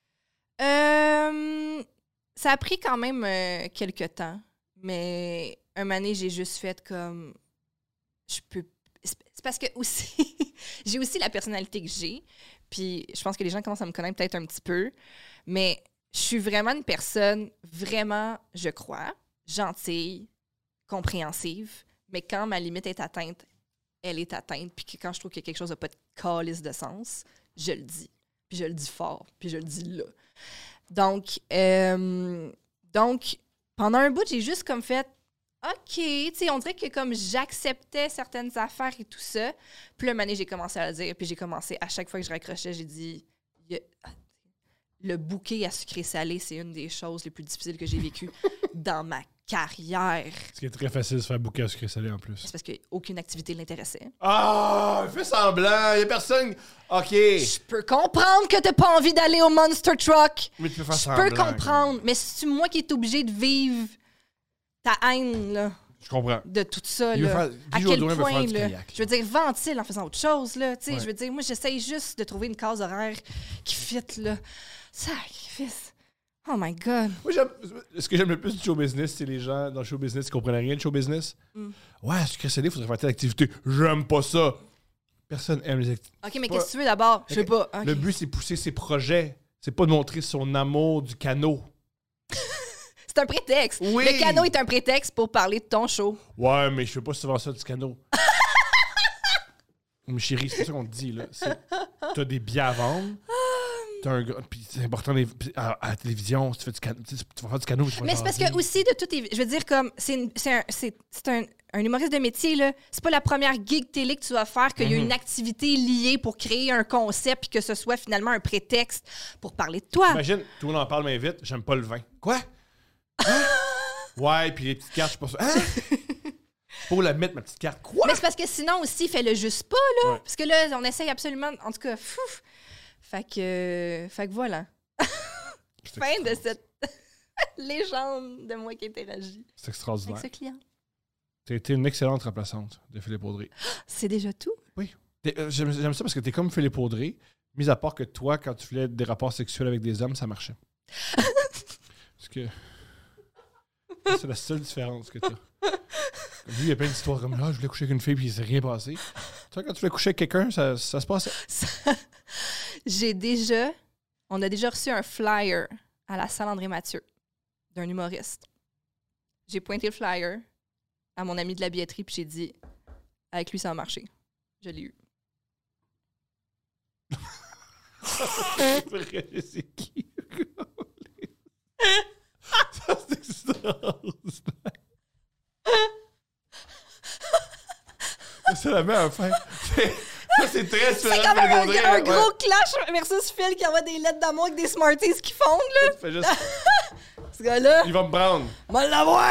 Euh, ça a pris quand même euh, quelques temps. Mais un moment donné, j'ai juste fait comme... Je peux... C'est parce que aussi... j'ai aussi la personnalité que j'ai. Puis je pense que les gens commencent à me connaître peut-être un petit peu. Mais je suis vraiment une personne, vraiment, je crois, gentille, compréhensive. Mais quand ma limite est atteinte, elle est atteinte. Puis que quand je trouve que quelque chose n'a pas de calice de sens, je le dis. Puis je le dis fort. Puis je le dis là. Donc, euh, donc pendant un bout, j'ai juste comme fait... OK, tu sais, on dirait que comme j'acceptais certaines affaires et tout ça, puis le mané, j'ai commencé à le dire, puis j'ai commencé, à chaque fois que je raccrochais, j'ai dit, le bouquet à sucré-salé, c'est une des choses les plus difficiles que j'ai vécues dans ma carrière. Ce qui est très facile de se faire bouquet à sucré-salé en plus. C'est parce qu'aucune activité ne l'intéressait. Ah, fais semblant, il y a personne... OK. Je peux comprendre que t'as pas envie d'aller au Monster Truck. Mais tu peux faire Je semblant. peux comprendre, mais c'est moi qui est obligé de vivre ta haine, là. Je comprends. De tout ça, Il veut là. faire- À Guy quel Jodoin veut point, faire du là. kayak, Je veux dire, ventile en faisant autre chose, là. Tu sais, Ouais. je veux dire, moi, j'essaye juste de trouver une case horaire qui fit, là. Sacrifice. Oh my God. Moi, j'aime... Ce que j'aime le plus du show business, c'est les gens dans le show business qui comprennent rien de show business. Mm. Ouais, sucré-salé, il faudrait faire telle activité. J'aime pas ça. Personne aime les activités. OK, mais Pas- qu'est-ce que tu veux d'abord? Je sais pas. OK. Le but, c'est pousser ses projets. C'est pas de montrer son amour du canot. C'est un prétexte. Oui. Le canot est un prétexte pour parler de ton show. Ouais, mais je fais pas souvent ça du canot. Mais chérie, c'est pas ça qu'on te dit, là. C'est- T'as des billets à vendre. T'as un gars- Puis c'est important les- puis à, à la télévision, si tu fais du canot, tu sais, tu vas faire du canot. tu vas Mais c'est parce jaser. que aussi, de tout, je veux dire, comme, c'est, une- c'est, un, c'est, c'est un, un humoriste de métier, là. C'est pas la première gig télé que tu vas faire qu'il y a Mhm. une activité liée pour créer un concept puis que ce soit finalement un prétexte pour parler de toi. Imagine, tout le monde en parle, mais vite, j'aime pas le vin. Quoi? Hein? Ouais, puis les petites cartes, je sais pas ça. Hein? Faut la mettre, ma petite carte. Quoi? Mais c'est parce que sinon aussi, fais-le juste pas, là. Ouais. Parce que là, on essaye absolument, en tout cas, fou. Fait que, fait que voilà. C'est Fin de extraordinaire. cette légende de moi qui interagit C'est extraordinaire. avec ce client. Tu as été une excellente remplaçante de Philippe Audrey. C'est déjà tout? T'es- euh, J'aime j'aime ça parce que t'es comme Philippe Audrey, mis à part que toi, quand tu voulais des rapports sexuels avec des hommes, ça marchait. Parce que c'est la seule différence que t'as. Comme lui, il y a plein d'histoires comme là, je voulais coucher avec une fille puis il s'est rien passé. Toi, quand tu voulais coucher avec quelqu'un, ça, ça se passait. Ça- J'ai déjà... On a déjà reçu un flyer à la salle André Mathieu d'un humoriste. J'ai pointé le flyer à mon ami de la billetterie puis j'ai dit « Avec lui, ça a marché. » Je l'ai eu. C'est vrai, je sais qui. Ça, c'est extraordinaire. C'est la meilleure fin. C'est Ça, c'est très C'est différent. quand même un, Gaudry, un ouais. gros clash versus Phil qui envoie des lettres d'amour avec des Smarties qui fondent, là. Tu fais juste, Ce gars-là, il va me prendre. va l'avoir!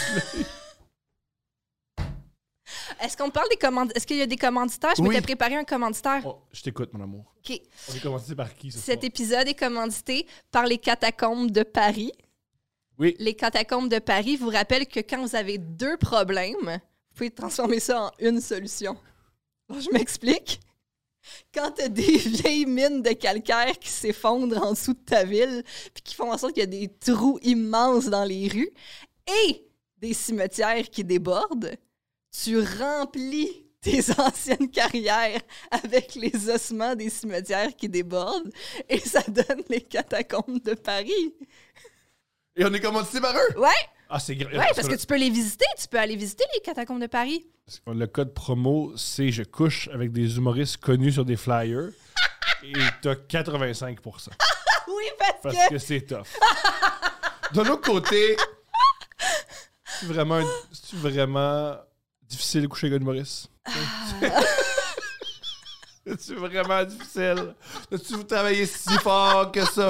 Est-ce qu'on parle des commanditaires? Est-ce qu'il y a des commanditaires? Je Oui. m'étais préparé un commanditaire. Oh, je t'écoute, mon amour. OK. On est commencé par qui, ce Cet soir? épisode est commandité par les catacombes de Paris. Oui. Les catacombes de Paris vous rappellent que quand vous avez deux problèmes, vous pouvez transformer ça en une solution. Alors, je m'explique. Quand tu as des vieilles mines de calcaire qui s'effondrent en dessous de ta ville, puis qui font en sorte qu'il y a des trous immenses dans les rues, et des cimetières qui débordent, tu remplis tes anciennes carrières avec les ossements des cimetières qui débordent, et ça donne les catacombes de Paris. Et on est commandité par eux? Ouais, Ah, c'est grave. ouais, parce que tu peux les visiter. Tu peux aller visiter les catacombes de Paris. Le code promo, c'est je couche avec des humoristes connus sur des flyers et t'as quatre-vingt-cinq pour cent. Oui, parce, Parce que... que c'est tough. D'un autre côté, c'est vraiment, c'est vraiment difficile de coucher avec un humoriste. C'est vraiment difficile. As-tu travaillé si fort que ça?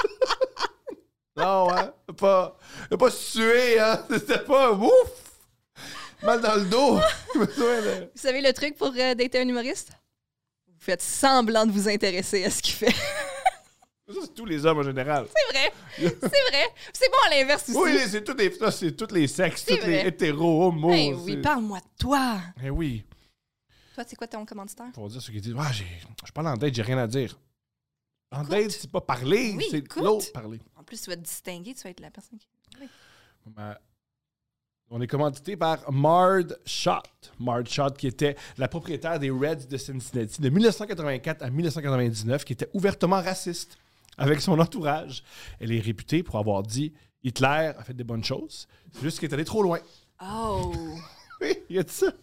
Non, hein? Pas, pas se tuer, hein? C'était pas ouf! Mal dans le dos. Vous savez le truc pour euh, dater un humoriste? Vous faites semblant de vous intéresser à ce qu'il fait. Ça, c'est tous les hommes en général. C'est vrai. C'est vrai. C'est bon à l'inverse aussi. Oui, c'est tous les, ça, c'est tous les sexes, C'est tous les vrai. hétéros, homos. Ben oui, c'est- parle-moi de toi. Eh oui. Toi, c'est quoi ton commanditaire? Pour dire ceux qui disent, ah, j'ai, je parle en date, j'ai rien à dire. En Écoute. date, c'est pas parler, Oui, c'est écoute. l'autre parler. En plus, tu vas te distinguer, tu vas être la personne qui... Ben, on est commandité par Mard Schott. Mard Schott, qui était la propriétaire des Reds de Cincinnati de dix-neuf cent quatre-vingt-quatre à dix-neuf cent quatre-vingt-dix-neuf, qui était ouvertement raciste avec son entourage. Elle est réputée pour avoir dit Hitler a fait des bonnes choses. C'est juste qu'elle est allée trop loin. Oh! Oui, il y a de ça.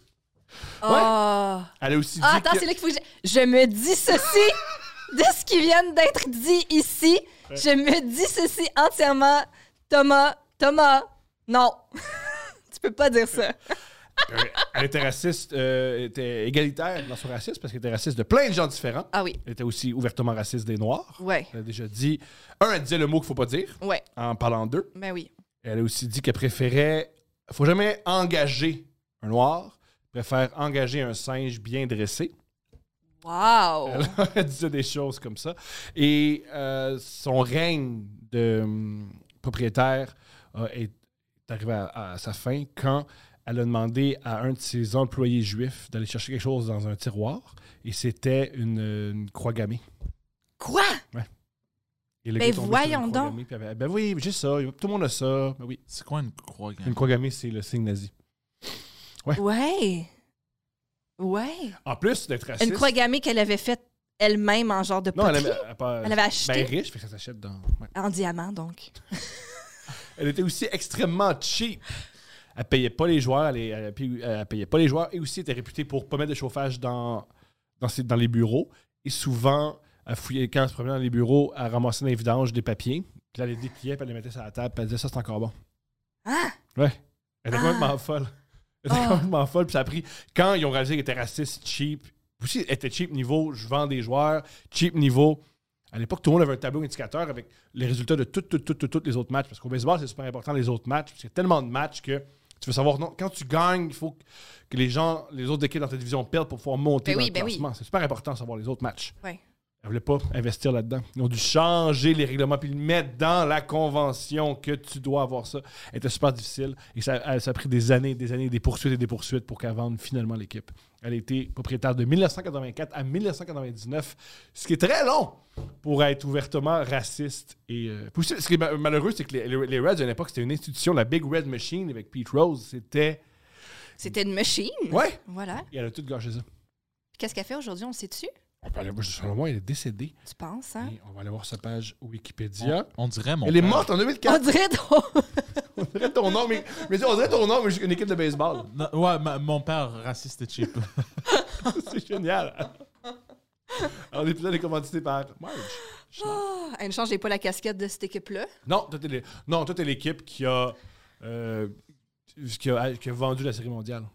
Oh! Elle a aussi Ah, dit attends, que... c'est là qu'il faut que je... Je me dis ceci de ce qui vient d'être dit ici. Je me dis ceci entièrement. Thomas, Thomas, non. Tu peux pas dire ça. Euh, elle était raciste, euh, elle était égalitaire dans son racisme parce qu'elle était raciste de plein de gens différents. Ah oui. Elle était aussi ouvertement raciste des Noirs. Ouais. Elle a déjà dit... Un, elle disait le mot qu'il faut pas dire Ouais. en parlant d'eux. Ben oui. Elle a aussi dit qu'elle préférait... faut jamais engager un Noir. Elle préfère engager un singe bien dressé. Wow! Elle, elle disait des choses comme ça. Et euh, son règne de hum, propriétaire euh, est arrivé à, à sa fin quand elle a demandé à un de ses employés juifs d'aller chercher quelque chose dans un tiroir. Et c'était une, une croix gammée. Quoi? Et le Ben gars est tombé sur une voyons croix donc. gammée, puis elle avait, ben oui, j'ai ça. Tout le monde a ça. Ben oui. C'est quoi une croix gammée? Une croix gammée, c'est le signe nazi. Ouais. Ouais. En plus d'être raciste... Une croix gammée qu'elle avait faite elle-même en genre de Non, elle poterie. avait, elle, pas- Elle avait acheté? Ben riche, fait que ça s'achète dans... ouais. En diamant, donc. Elle était aussi extrêmement cheap. Elle payait pas les joueurs, elle, elle, elle, elle payait pas les joueurs et aussi était réputée pour pas mettre de chauffage dans, dans, ses- dans les bureaux. Et souvent, elle fouillait, quand elle se promenait dans les bureaux, elle ramassait dans les vidanges des papiers, puis elle les dépliait, puis elle les mettait sur la table, puis elle disait ça, c'est encore bon. Ah! Ouais. Elle était Ah. complètement folle. Elle était Ah. complètement folle, puis ça a pris. Quand ils ont réalisé qu'elle était raciste, cheap, aussi, elle était cheap niveau je vends des joueurs, cheap niveau. À l'époque, tout le monde avait un tableau indicateur avec les résultats de toutes, toutes, toutes, toutes, toutes les autres matchs. Parce qu'au baseball, c'est super important, les autres matchs. Parce qu'il y a tellement de matchs que tu veux savoir, non, quand tu gagnes, il faut que les gens, les autres équipes dans ta division perdent pour pouvoir monter Ben dans oui, le ben oui. classement. C'est super important de savoir les autres matchs. Ouais. Elle voulait pas investir là-dedans. Ils ont dû changer les règlements puis le mettre dans la convention que tu dois avoir ça. Elle était super difficile et ça, elle- ça a pris des années, des années, des poursuites et des poursuites pour qu'elle vende finalement l'équipe. Elle a été propriétaire de dix-neuf cent quatre-vingt-quatre à dix-neuf cent quatre-vingt-dix-neuf, ce qui est très long pour être ouvertement raciste. Et euh, puis aussi, ce qui est ma- malheureux, c'est que les, les- les Reds, à l'époque, c'était une institution, la Big Red Machine avec Pete Rose. C'était... C'était une machine. Ouais! Voilà. Et elle a tout gâché ça. Qu'est-ce qu'elle fait aujourd'hui? On le sait-tu? On peut aller- Selon moi, elle est décédée. Tu penses, hein? Et on va aller voir sa page Wikipédia. On dirait mon Elle est père. morte en deux mille On quatre. dirait trop. On dirait ton nom, mais, mais on dirait ton nom, mais juste une équipe de baseball. Non, ouais, ma- mon père, raciste et cheap. C'est génial. Alors, l'épisode est commandité par Marge. Ah, elle ne change pas la casquette de cette équipe-là. Non, toi, t'es les- non, toi, t'es l'équipe qui a, euh, qui a, qui a vendu la série mondiale.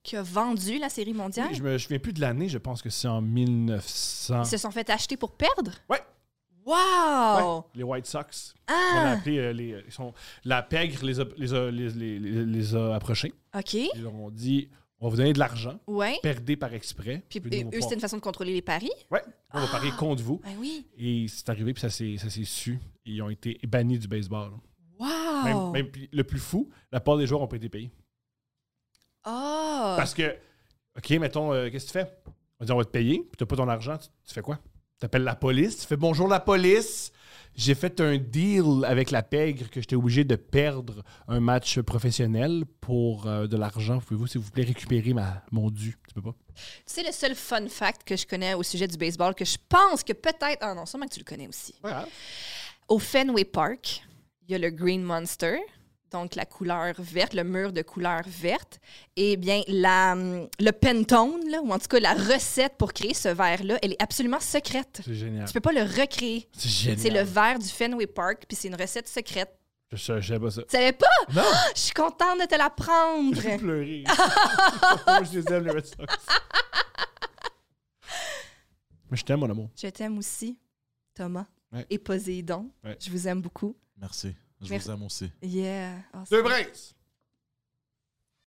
qui a vendu la Série mondiale. Oui, je me souviens plus de l'année, je pense que c'est en mille neuf cents. Ils se sont fait acheter pour perdre? Ouais. Wow! Ouais, les White Sox. Ah! On a appelé, euh, les, ils sont, la pègre les a, les, a, les, les, les, les a approchés. OK. Ils leur ont dit, on va vous donner de l'argent, Ouais. perdez par exprès. Puis Puis eux, nous, on eux, va c'était une façon de contrôler les paris? Ouais, on va Ah! parier contre vous. Ben oui. Et c'est arrivé, puis ça s'est, ça s'est su. Ils ont été bannis du baseball. Wow! Même, même puis le plus fou, la part des joueurs n'ont pas été payés. Ah! Parce que, OK, mettons, euh, qu'est-ce que tu fais? On dit, on va te payer, puis tu n'as pas ton argent, tu, tu fais quoi? Tu appelles la police, tu fais bonjour la police. J'ai fait un deal avec la pègre que j'étais obligé de perdre un match professionnel pour euh, de l'argent. Pouvez-vous, s'il vous plaît, récupérer ma, mon dû? Tu peux pas? Tu sais, le seul fun fact que je connais au sujet du baseball, que je pense que peut-être... Ah non, sûrement que tu le connais aussi. Ouais. Au Fenway Park, il y a le Green Monster, donc la couleur verte, le mur de couleur verte. Et bien, la, le Pantone, là, ou en tout cas la recette pour créer ce verre-là, elle est absolument secrète. C'est génial. Tu peux pas le recréer. C'est génial. C'est le verre du Fenway Park, puis c'est une recette secrète. Je, je, je sais pas ça. Tu savais pas? Non! Je suis contente de te l'apprendre. J'ai pleuré. Moi, je les aime, les Red Sox. Mais je t'aime, mon amour. Je t'aime aussi, Thomas. Ouais. Et Poséidon. Ouais. Je vous aime beaucoup. Merci. Je Merci. vous aime aussi. Yeah. Oh, Deux c'est- braises!